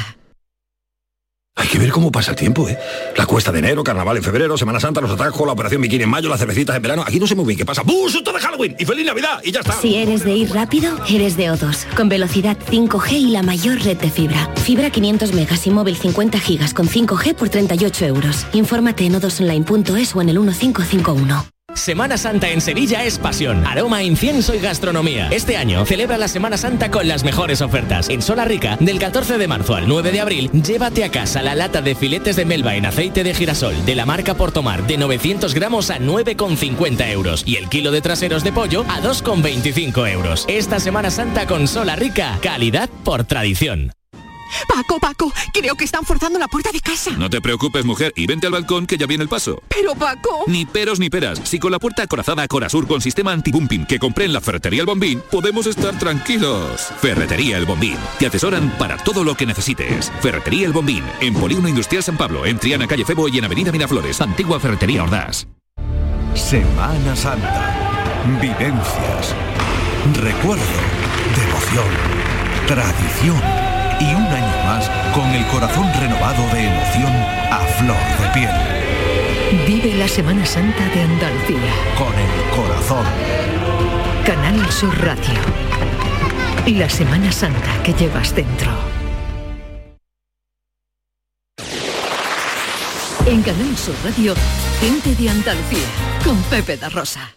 Hay que ver cómo pasa el tiempo, ¿eh? La cuesta de enero, carnaval en febrero, Semana Santa, los atajos, la operación bikini en mayo, las cervecitas en verano. Aquí no sé muy bien qué pasa. ¡Bum! ¡Susto de Halloween! ¡Y feliz Navidad! ¡Y ya está! Si eres de ir rápido, eres de O2. Con velocidad 5G y la mayor red de fibra. Fibra 500 megas y móvil 50 gigas con 5G por 38 euros. Infórmate en odosonline.es o en el 1551. Semana Santa en Sevilla es pasión, aroma, incienso y gastronomía. Este año celebra la Semana Santa con las mejores ofertas. En Sola Rica, del 14 de marzo al 9 de abril, llévate a casa la lata de filetes de melva en aceite de girasol de la marca Portomar de 900 gramos a 9,50 euros y el kilo de traseros de pollo a 2,25 euros. Esta Semana Santa con Sola Rica, calidad por tradición. Paco, creo que están forzando la puerta de casa. No te preocupes, mujer, y vente al balcón que ya viene el paso. Pero Paco... Ni peros ni peras. Si con la puerta acorazada Corasur con sistema anti-bumping que compré en la Ferretería El Bombín, podemos estar tranquilos. Ferretería El Bombín. Te asesoran para todo lo que necesites. Ferretería El Bombín. En Polígono Industrial San Pablo, en Triana, calle Febo y en Avenida Miraflores. Antigua Ferretería Ordaz. Semana Santa. Vivencias. Recuerdo. Devoción. Tradición. Y un año más con el corazón renovado de emoción a flor de piel. Vive la Semana Santa de Andalucía. Con el corazón. Canal Sur Radio. La Semana Santa que llevas dentro. En Canal Sur Radio, gente de Andalucía, con Pepe da Rosa.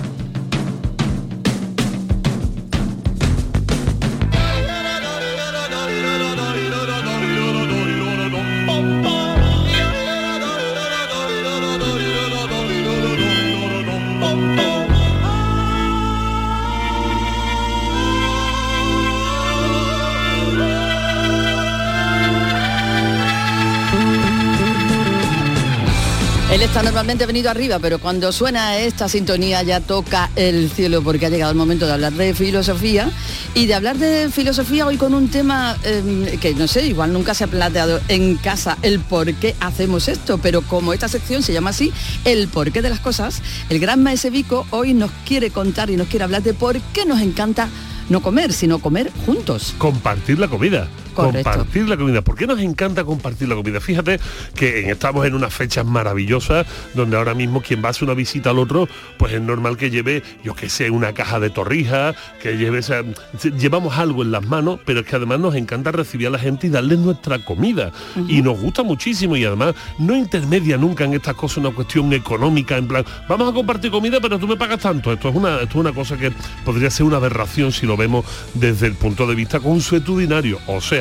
Él está normalmente venido arriba, pero cuando suena esta sintonía ya toca el cielo, porque ha llegado el momento de hablar de filosofía, y de hablar de filosofía hoy con un tema que no sé, igual nunca se ha planteado en casa el por qué hacemos esto, pero como esta sección se llama así, el porqué de las cosas, el gran Maese Vico hoy nos quiere contar y nos quiere hablar de por qué nos encanta no comer, sino comer juntos. Compartir la comida. Correcto. Compartir la comida. ¿Por qué nos encanta compartir la comida? Fíjate que estamos en unas fechas maravillosas donde ahora mismo quien va a hacer una visita al otro, pues es normal que lleve, yo qué sé, una caja de torrijas, que lleve, o sea, llevamos algo en las manos, pero es que además nos encanta recibir a la gente y darle nuestra comida. Y nos gusta muchísimo, y además no intermedia nunca en estas cosas una cuestión económica, en plan, vamos a compartir comida, pero tú me pagas tanto. Esto es una cosa que podría ser una aberración si lo vemos desde el punto de vista consuetudinario. O sea,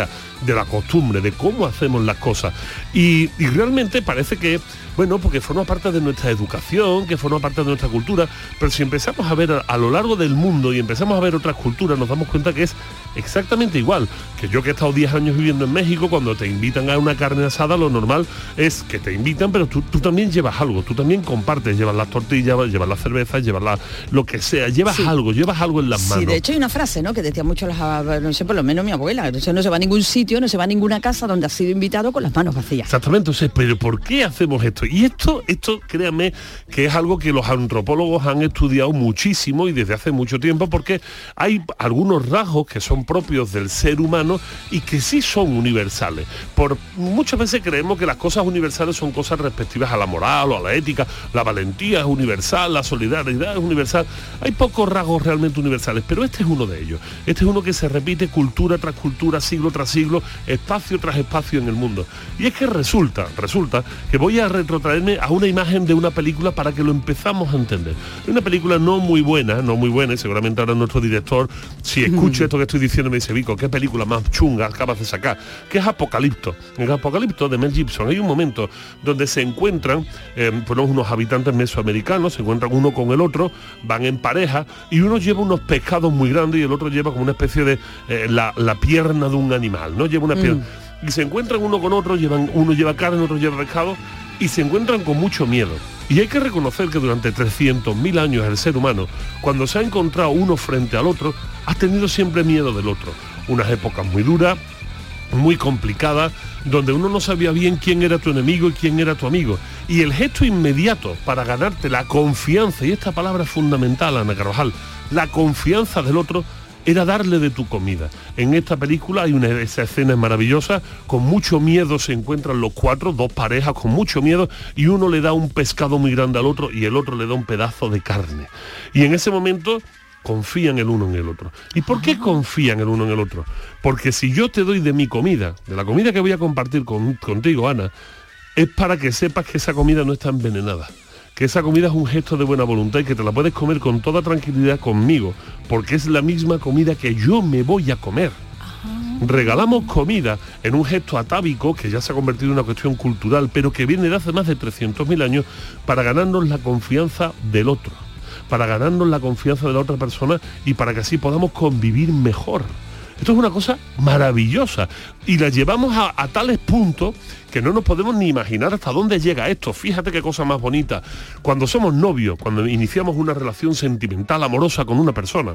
de la costumbre, de cómo hacemos las cosas. Y realmente parece que, bueno, porque forma parte de nuestra educación, que forma parte de nuestra cultura, pero si empezamos a ver a lo largo del mundo y empezamos a ver otras culturas, nos damos cuenta que es exactamente igual. Que yo que he estado 10 años viviendo en México, cuando te invitan a una carne asada, lo normal es que te invitan, pero tú también llevas algo, tú también compartes, llevas las tortillas, llevas las cervezas, llevas lo que sea, llevas algo en las manos. Sí, de hecho hay una frase, ¿no?, que decía mucho no sé, por lo menos mi abuela, no se va a ningún sitio, no se va a ninguna casa donde ha sido invitado con las manos vacías. Exactamente, o sea, pero ¿por qué hacemos esto? Y esto, créanme, que es algo que los antropólogos han estudiado muchísimo y desde hace mucho tiempo, porque hay algunos rasgos que son propios del ser humano y que sí son universales. Muchas veces creemos que las cosas universales son cosas respectivas a la moral o a la ética. La valentía es universal, la solidaridad es universal. Hay pocos rasgos realmente universales, pero este es uno de ellos. Este es uno que se repite cultura tras cultura, siglo tras siglo, espacio tras espacio en el mundo. Y es que resulta que voy a retrotraerme a una imagen de una película para que lo empezamos a entender. Una película no muy buena, y seguramente ahora nuestro director, si escucha esto que estoy diciendo, me dice: Vico, ¿qué película más chunga acabas de sacar? Que es Apocalipto. En Apocalipto de Mel Gibson hay un momento donde se encuentran unos habitantes mesoamericanos, se encuentran uno con el otro, van en pareja y uno lleva unos pescados muy grandes y el otro lleva como una especie de la pierna de un animal, ¿no? Lleva una pierna. Y se encuentran uno con otro, uno lleva carne, otro lleva pescado, y se encuentran con mucho miedo. Y hay que reconocer que durante 300.000 años el ser humano, cuando se ha encontrado uno frente al otro, ha tenido siempre miedo del otro. Unas épocas muy duras, muy complicadas, donde uno no sabía bien quién era tu enemigo y quién era tu amigo. Y el gesto inmediato para ganarte la confianza, y esta palabra es fundamental, Ana Carvajal, la confianza del otro, era darle de tu comida. En esta película hay esa escena maravillosa, con mucho miedo se encuentran los cuatro, dos parejas con mucho miedo, y uno le da un pescado muy grande al otro y el otro le da un pedazo de carne. Y en ese momento confían el uno en el otro. ¿Y por qué confían el uno en el otro? Porque si yo te doy de mi comida, de la comida que voy a compartir contigo, Ana, es para que sepas que esa comida no está envenenada, que esa comida es un gesto de buena voluntad y que te la puedes comer con toda tranquilidad conmigo, porque es la misma comida que yo me voy a comer. Regalamos comida en un gesto atávico que ya se ha convertido en una cuestión cultural, pero que viene de hace más de 300.000 años, para ganarnos la confianza del otro, para ganarnos la confianza de la otra persona y para que así podamos convivir mejor. Esto es una cosa maravillosa y la llevamos a tales puntos que no nos podemos ni imaginar hasta dónde llega esto. Fíjate qué cosa más bonita. Cuando somos novios, cuando iniciamos una relación sentimental, amorosa con una persona,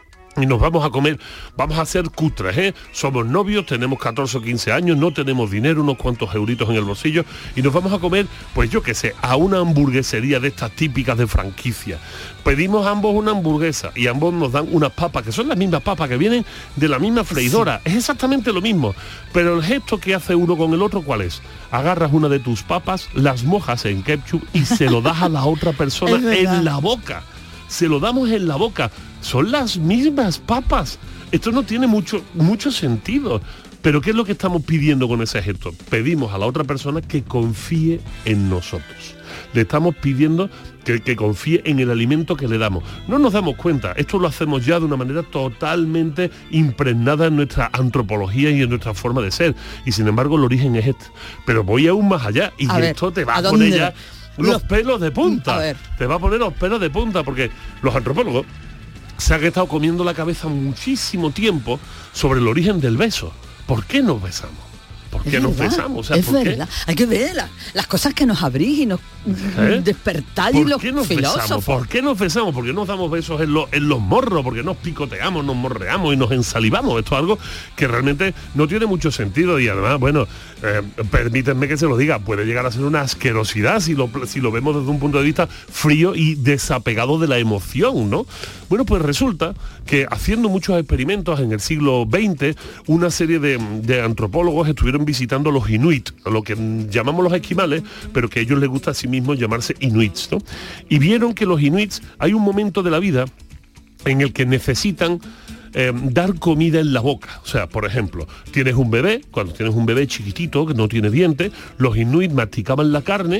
y nos vamos a comer, vamos a ser cutres, somos novios, tenemos 14 o 15 años, no tenemos dinero, unos cuantos euritos en el bolsillo, y nos vamos a comer, pues yo qué sé, a una hamburguesería de estas típicas de franquicia. Pedimos ambos una hamburguesa y ambos nos dan unas papas, que son las mismas papas, que vienen de la misma freidora. Sí. Es exactamente lo mismo, pero el gesto que hace uno con el otro, ¿cuál es? Agarras una de tus papas, las mojas en ketchup y se lo das a la otra persona en la boca. Se lo damos en la boca. Son las mismas papas. Esto no tiene mucho sentido. Pero ¿qué es lo que estamos pidiendo con ese gesto? Pedimos a la otra persona que confíe en nosotros. Le estamos pidiendo que confíe en el alimento que le damos. No nos damos cuenta. Esto lo hacemos ya de una manera totalmente impregnada en nuestra antropología y en nuestra forma de ser. Y sin embargo el origen es este. Pero voy aún más allá. Y esto te va a poner ya los pelos de punta. Te va a poner los pelos de punta, porque los antropólogos se han estado comiendo la cabeza muchísimo tiempo sobre el origen del beso. ¿Por qué nos besamos? ¿Por qué nos besamos? O sea, es verdad. Hay que ver las cosas que nos abrís y nos despertáis, y los filósofos. ¿Por qué nos besamos? ¿Por qué nos damos besos en los morros? ¿Por qué nos picoteamos, nos morreamos y nos ensalivamos? Esto es algo que realmente no tiene mucho sentido y además, bueno, permítanme que se lo diga, puede llegar a ser una asquerosidad si lo vemos desde un punto de vista frío y desapegado de la emoción, ¿no? Bueno, pues resulta que haciendo muchos experimentos en el siglo XX, una serie de antropólogos estuvieron visitando los inuit, lo que llamamos los esquimales, pero que a ellos les gusta a sí mismos llamarse inuits, ¿no? Y vieron que los inuits, hay un momento de la vida en el que necesitan dar comida en la boca. O sea, por ejemplo, tienes un bebé, cuando tienes un bebé chiquitito que no tiene dientes, los inuit masticaban la carne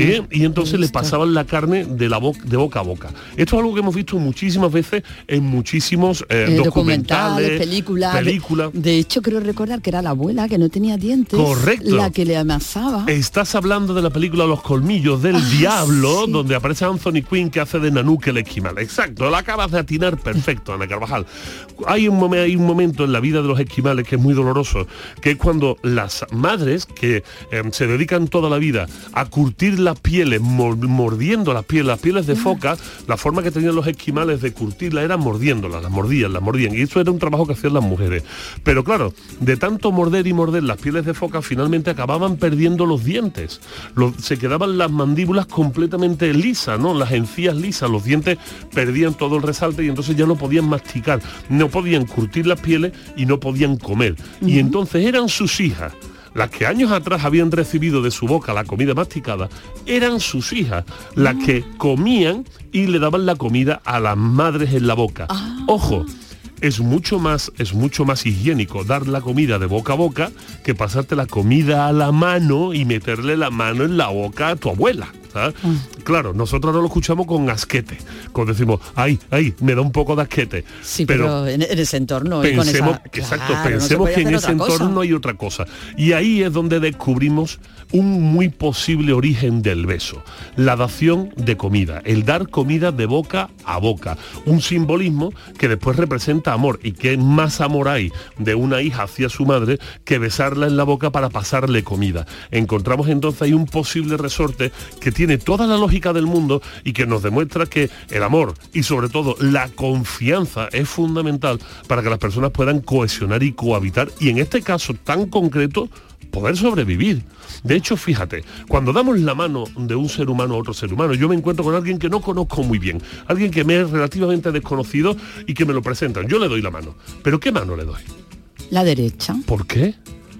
y entonces le pasaban la carne de boca a boca. Esto es algo que hemos visto muchísimas veces en muchísimos documentales, películas. De hecho, creo recordar que era la abuela que no tenía dientes. Correcto. La que le amasaba. Estás hablando de la película Los colmillos del diablo, donde aparece Anthony Quinn, que hace de Nanook el esquimal. Exacto, la acabas de atinar perfecto, Ana Carvajal. Hay un momento en la vida de los esquimales que es muy doloroso, que es cuando las madres que se dedican toda la vida a curtir las pieles, mordiendo las pieles de foca, la forma que tenían los esquimales de curtirla era mordiéndolas, las mordían. Y eso era un trabajo que hacían las mujeres. Pero claro, de tanto morder y morder las pieles de foca, finalmente acababan perdiendo los dientes. Se quedaban las mandíbulas completamente lisas, ¿no? Las encías lisas, los dientes perdían todo el resalte y entonces ya no podían masticar, no podían curtir las pieles y no podían comer. Y entonces eran sus hijas, las que años atrás habían recibido de su boca la comida masticada, eran sus hijas las que comían y le daban la comida a las madres en la boca. Ojo, es mucho más higiénico dar la comida de boca a boca que pasarte la comida a la mano y meterle la mano en la boca a tu abuela. ¿sabes? Claro, nosotros no lo escuchamos con asquete, cuando decimos, ay, me da un poco de asquete. Sí, pero en ese entorno. Pensemos, pensemos que en ese entorno hay otra cosa. Y ahí es donde descubrimos un muy posible origen del beso, la dación de comida, el dar comida de boca a boca, un simbolismo que después representa amor. Y qué más amor hay de una hija hacia su madre que besarla en la boca para pasarle comida. Encontramos entonces ahí un posible resorte que tiene toda la lógica del mundo y que nos demuestra que el amor y sobre todo la confianza es fundamental para que las personas puedan cohesionar y cohabitar, y en este caso tan concreto poder sobrevivir. De hecho, fíjate, cuando damos la mano de un ser humano a otro ser humano, yo me encuentro con alguien que no conozco muy bien, alguien que me es relativamente desconocido y que me lo presentan. Yo le doy la mano. ¿Pero qué mano le doy? La derecha. ¿Por qué?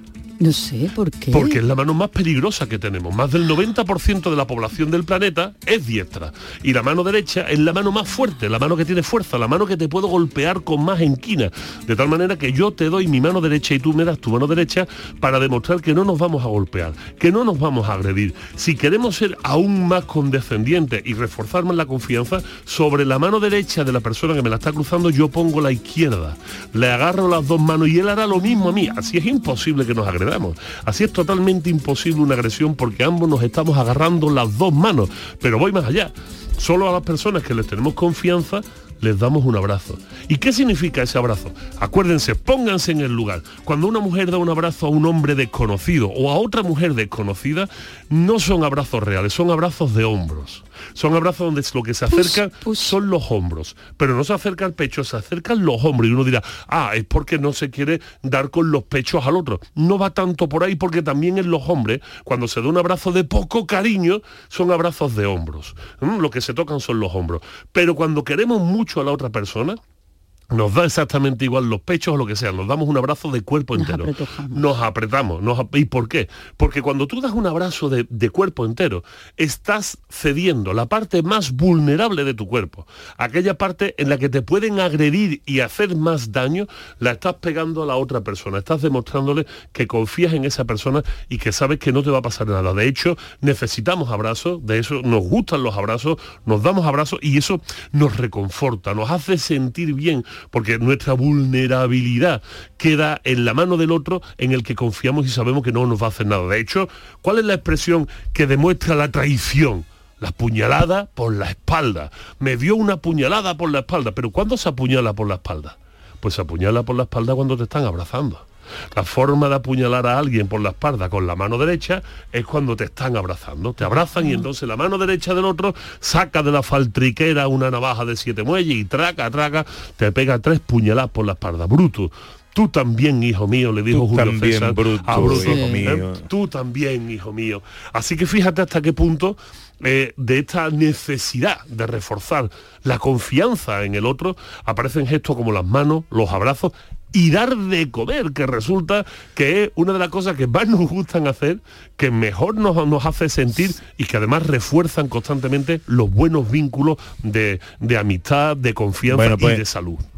No sé, ¿por qué? Porque es la mano más peligrosa que tenemos. Más del 90% de la población del planeta es diestra. Y la mano derecha es la mano más fuerte, la mano que tiene fuerza, la mano que te puedo golpear con más enquina. De tal manera que yo te doy mi mano derecha y tú me das tu mano derecha para demostrar que no nos vamos a golpear, que no nos vamos a agredir. Si queremos ser aún más condescendientes y reforzar más la confianza, sobre la mano derecha de la persona que me la está cruzando, yo pongo la izquierda. Le agarro las dos manos y él hará lo mismo a mí. Así es imposible que nos agredamos. Así es totalmente imposible una agresión porque ambos nos estamos agarrando las dos manos. Pero voy más allá. Solo a las personas que les tenemos confianza les damos un abrazo. ¿Y qué significa ese abrazo? Acuérdense, pónganse en el lugar. Cuando una mujer da un abrazo a un hombre desconocido o a otra mujer desconocida, no son abrazos reales, son abrazos de hombros. Son abrazos donde lo que se acercan son los hombros. Pero no se acerca al pecho, se acercan los hombros. Y uno dirá, es porque no se quiere dar con los pechos al otro. No va tanto por ahí, porque también en los hombres, cuando se da un abrazo de poco cariño, son abrazos de hombros. Lo que se tocan son los hombros. Pero cuando queremos mucho a la otra persona, nos da exactamente igual los pechos o lo que sea, nos damos un abrazo de cuerpo entero. Nos apretamos. ¿Y por qué? Porque cuando tú das un abrazo de cuerpo entero, estás cediendo la parte más vulnerable de tu cuerpo. Aquella parte en la que te pueden agredir y hacer más daño, la estás pegando a la otra persona. Estás demostrándole que confías en esa persona y que sabes que no te va a pasar nada. De hecho, necesitamos abrazos, de eso nos gustan los abrazos, nos damos abrazos y eso nos reconforta, nos hace sentir bien, porque nuestra vulnerabilidad queda en la mano del otro en el que confiamos y sabemos que no nos va a hacer nada. De hecho, ¿cuál es la expresión que demuestra la traición? La puñalada por la espalda. Me dio una puñalada por la espalda. ¿Pero cuándo se apuñala por la espalda? Pues se apuñala por la espalda cuando te están abrazando. La forma de apuñalar a alguien por la espalda con la mano derecha es cuando te están abrazando. Te abrazan y entonces la mano derecha del otro saca de la faltriquera una navaja de 7 muelles y traca, te pega 3 puñaladas por la espalda. Bruto. Tú también, hijo mío, le dijo Julio César a Bruto. Hijo mío. Tú también, hijo mío. Así que fíjate hasta qué punto de esta necesidad de reforzar la confianza en el otro aparecen gestos como las manos, los abrazos y dar de comer, que resulta que es una de las cosas que más nos gustan hacer, que mejor nos hace sentir y que además refuerzan constantemente los buenos vínculos de amistad, de confianza y de salud.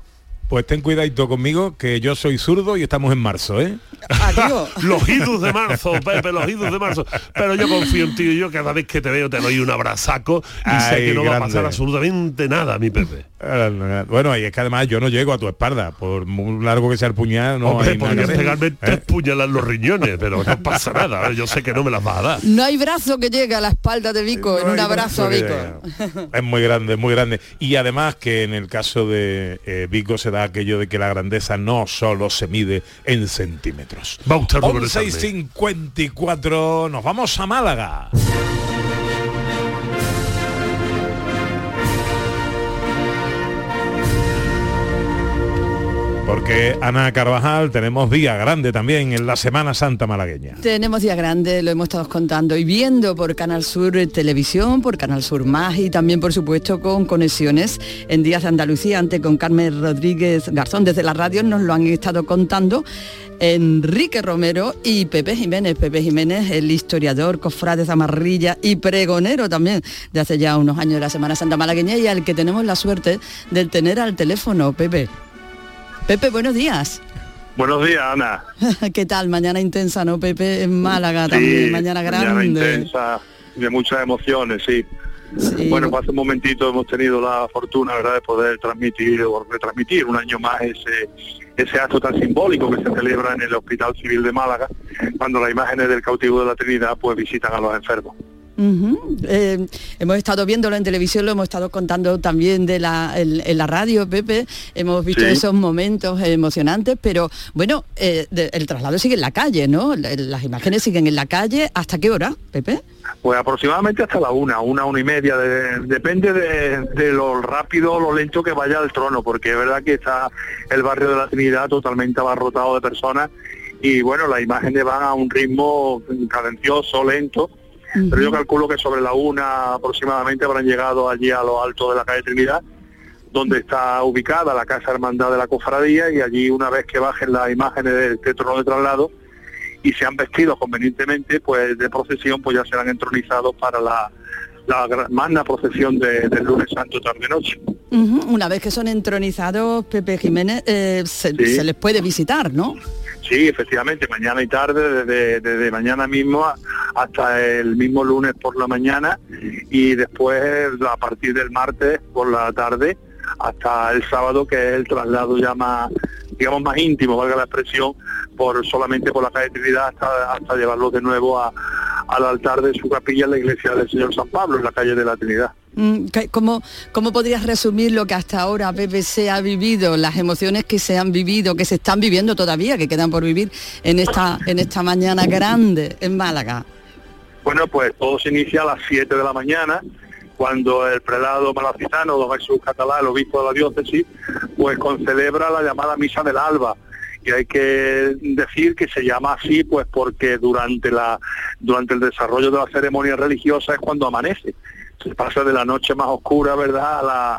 Pues ten cuidadito conmigo, que yo soy zurdo y estamos en marzo, ¿eh? Adiós. Los idus de marzo, Pepe, los idus de marzo. Pero yo confío en ti y yo cada vez que te veo te doy un abrazaco y sé que no va a pasar absolutamente nada, mi Pepe. Bueno, y es que además yo no llego a tu espalda, por muy largo que sea el puñal, no Hombre, hay nada que podrías hacer. pegarme 3 puñaladas en los riñones, pero no pasa nada, yo sé que no me las vas a dar. No hay brazo que llegue a la espalda de Vico, en un abrazo a Vico. Es muy grande, muy grande. Y además que en el caso de Vico se da aquello de que la grandeza no solo se mide en centímetros. 11:54, nos vamos a Málaga. Porque, Ana Carvajal, tenemos día grande también en la Semana Santa malagueña. Tenemos día grande, lo hemos estado contando y viendo por Canal Sur Televisión, por Canal Sur Más y también, por supuesto, con conexiones en Días de Andalucía. Antes con Carmen Rodríguez Garzón desde la radio nos lo han estado contando Enrique Romero y Pepe Jiménez. Pepe Jiménez, el historiador, cofrade de Zamarrilla y pregonero también de hace ya unos años de la Semana Santa malagueña y al que tenemos la suerte de tener al teléfono. Pepe, buenos días. Buenos días, Ana. ¿Qué tal? Mañana intensa, ¿no, Pepe? En Málaga también, mañana grande. Mañana intensa, de muchas emociones, sí. Bueno, pues hace un momentito hemos tenido la fortuna, ¿verdad?, de poder transmitir o retransmitir un año más ese acto tan simbólico que se celebra en el Hospital Civil de Málaga, cuando las imágenes del cautivo de la Trinidad pues visitan a los enfermos. Hemos estado viéndolo en televisión, lo hemos estado contando también en la radio, Pepe. Hemos visto esos momentos emocionantes, pero bueno, el traslado sigue en la calle, ¿no? Las imágenes siguen en la calle. ¿Hasta qué hora, Pepe? Pues aproximadamente hasta la una y media, depende de lo rápido o lo lento que vaya al trono, porque es verdad que está el barrio de la Trinidad totalmente abarrotado de personas y bueno, las imágenes van a un ritmo cadencioso, lento. Pero yo calculo que sobre la una aproximadamente habrán llegado allí a lo alto de la calle Trinidad, donde está ubicada la Casa Hermandad de la Cofradía, y allí una vez que bajen las imágenes de este trono de traslado y se han vestido convenientemente pues de procesión, pues ya serán entronizados para la magna procesión del lunes santo tarde-noche. Una vez que son entronizados, Pepe Jiménez, se les puede visitar, ¿no? Sí, efectivamente, mañana y tarde, desde mañana mismo hasta el mismo lunes por la mañana, y después a partir del martes por la tarde hasta el sábado, que es el traslado ya más, digamos, más íntimo, valga la expresión, solamente por la calle Trinidad hasta llevarlo de nuevo al altar de su capilla en la iglesia del Señor San Pablo, en la calle de la Trinidad. ¿Cómo podrías resumir lo que hasta ahora, Pepe, se ha vivido, las emociones que se han vivido, que se están viviendo todavía, que quedan por vivir en esta mañana grande en Málaga? Bueno, pues todo se inicia a las 7 de la mañana, cuando el prelado malacitano, don Jesús Catalá, el obispo de la diócesis, pues concelebra la llamada Misa del Alba. Y hay que decir que se llama así pues porque durante el desarrollo de la ceremonia religiosa es cuando amanece. Se pasa de la noche más oscura, ¿verdad?,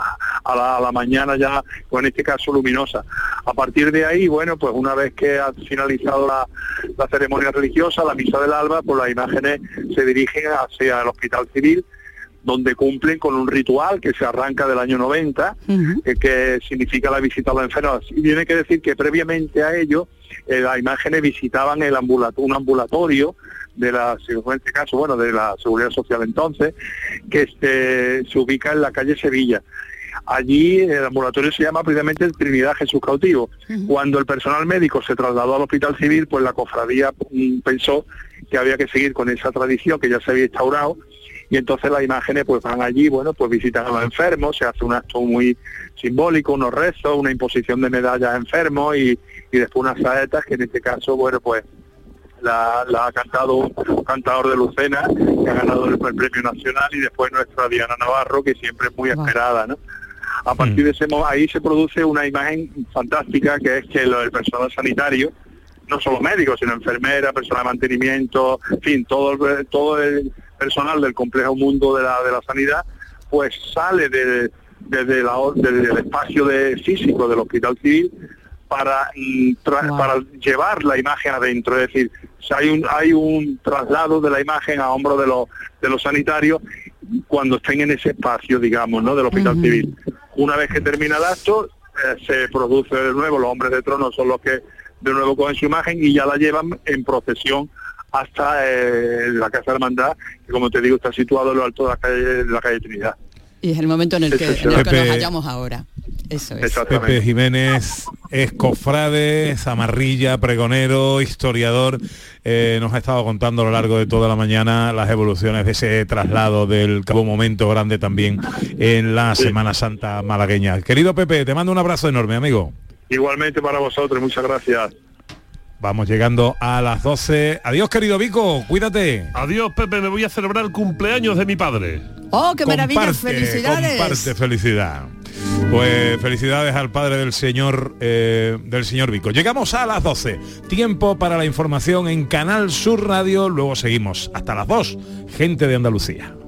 a la mañana ya, o en este caso luminosa. A partir de ahí, bueno, pues una vez que ha finalizado la ceremonia religiosa, la misa del alba, pues las imágenes se dirigen hacia el Hospital Civil, donde cumplen con un ritual que se arranca del año 90, que significa la visita a los enfermos. Y tiene que decir que previamente a ello, las imágenes visitaban un ambulatorio de la, en este caso, bueno, de la Seguridad Social entonces, que se ubica en la calle Sevilla. Allí el ambulatorio se llama precisamente el Trinidad Jesús Cautivo. Cuando el personal médico se trasladó al Hospital Civil, pues la cofradía pensó que había que seguir con esa tradición que ya se había instaurado, y entonces las imágenes pues van allí, bueno, pues visitan a los enfermos, se hace un acto muy simbólico, unos rezos, una imposición de medallas a enfermos y después unas saetas que en este caso, bueno, pues la ha cantado un cantador de Lucena, que ha ganado el premio nacional, y después nuestra Diana Navarro, que siempre es muy esperada, ¿no? A partir de ese momento, ahí se produce una imagen fantástica, que es que el personal sanitario, no solo médicos, sino enfermeras, personal de mantenimiento, en fin, todo el personal del complejo mundo de la sanidad, pues sale del espacio físico del Hospital Civil para llevar la imagen adentro. Es decir, hay un traslado de la imagen a hombros de los sanitarios cuando estén en ese espacio, digamos, ¿no?, del Hospital Civil. Una vez que termina el acto, se produce de nuevo, los hombres de trono son los que de nuevo cogen su imagen y ya la llevan en procesión hasta la Casa de Hermandad, que como te digo está situado en lo alto de la calle Trinidad. Y es el momento en el que nos hallamos ahora. Eso es. Pepe Jiménez es cofrade, zamarrilla, pregonero, historiador. Nos ha estado contando a lo largo de toda la mañana las evoluciones de ese traslado del Cabo, momento grande también en la Semana Santa malagueña. Querido Pepe, te mando un abrazo enorme, amigo. Igualmente para vosotros, muchas gracias. Vamos llegando a las 12. Adiós, querido Vico, cuídate. Adiós, Pepe, me voy a celebrar el cumpleaños de mi padre. ¡Oh, qué maravilla! ¡Felicidades! Comparte felicidad. Pues felicidades al padre del señor Vico. Llegamos a las 12. Tiempo para la información en Canal Sur Radio. Luego seguimos hasta las 2. Gente de Andalucía.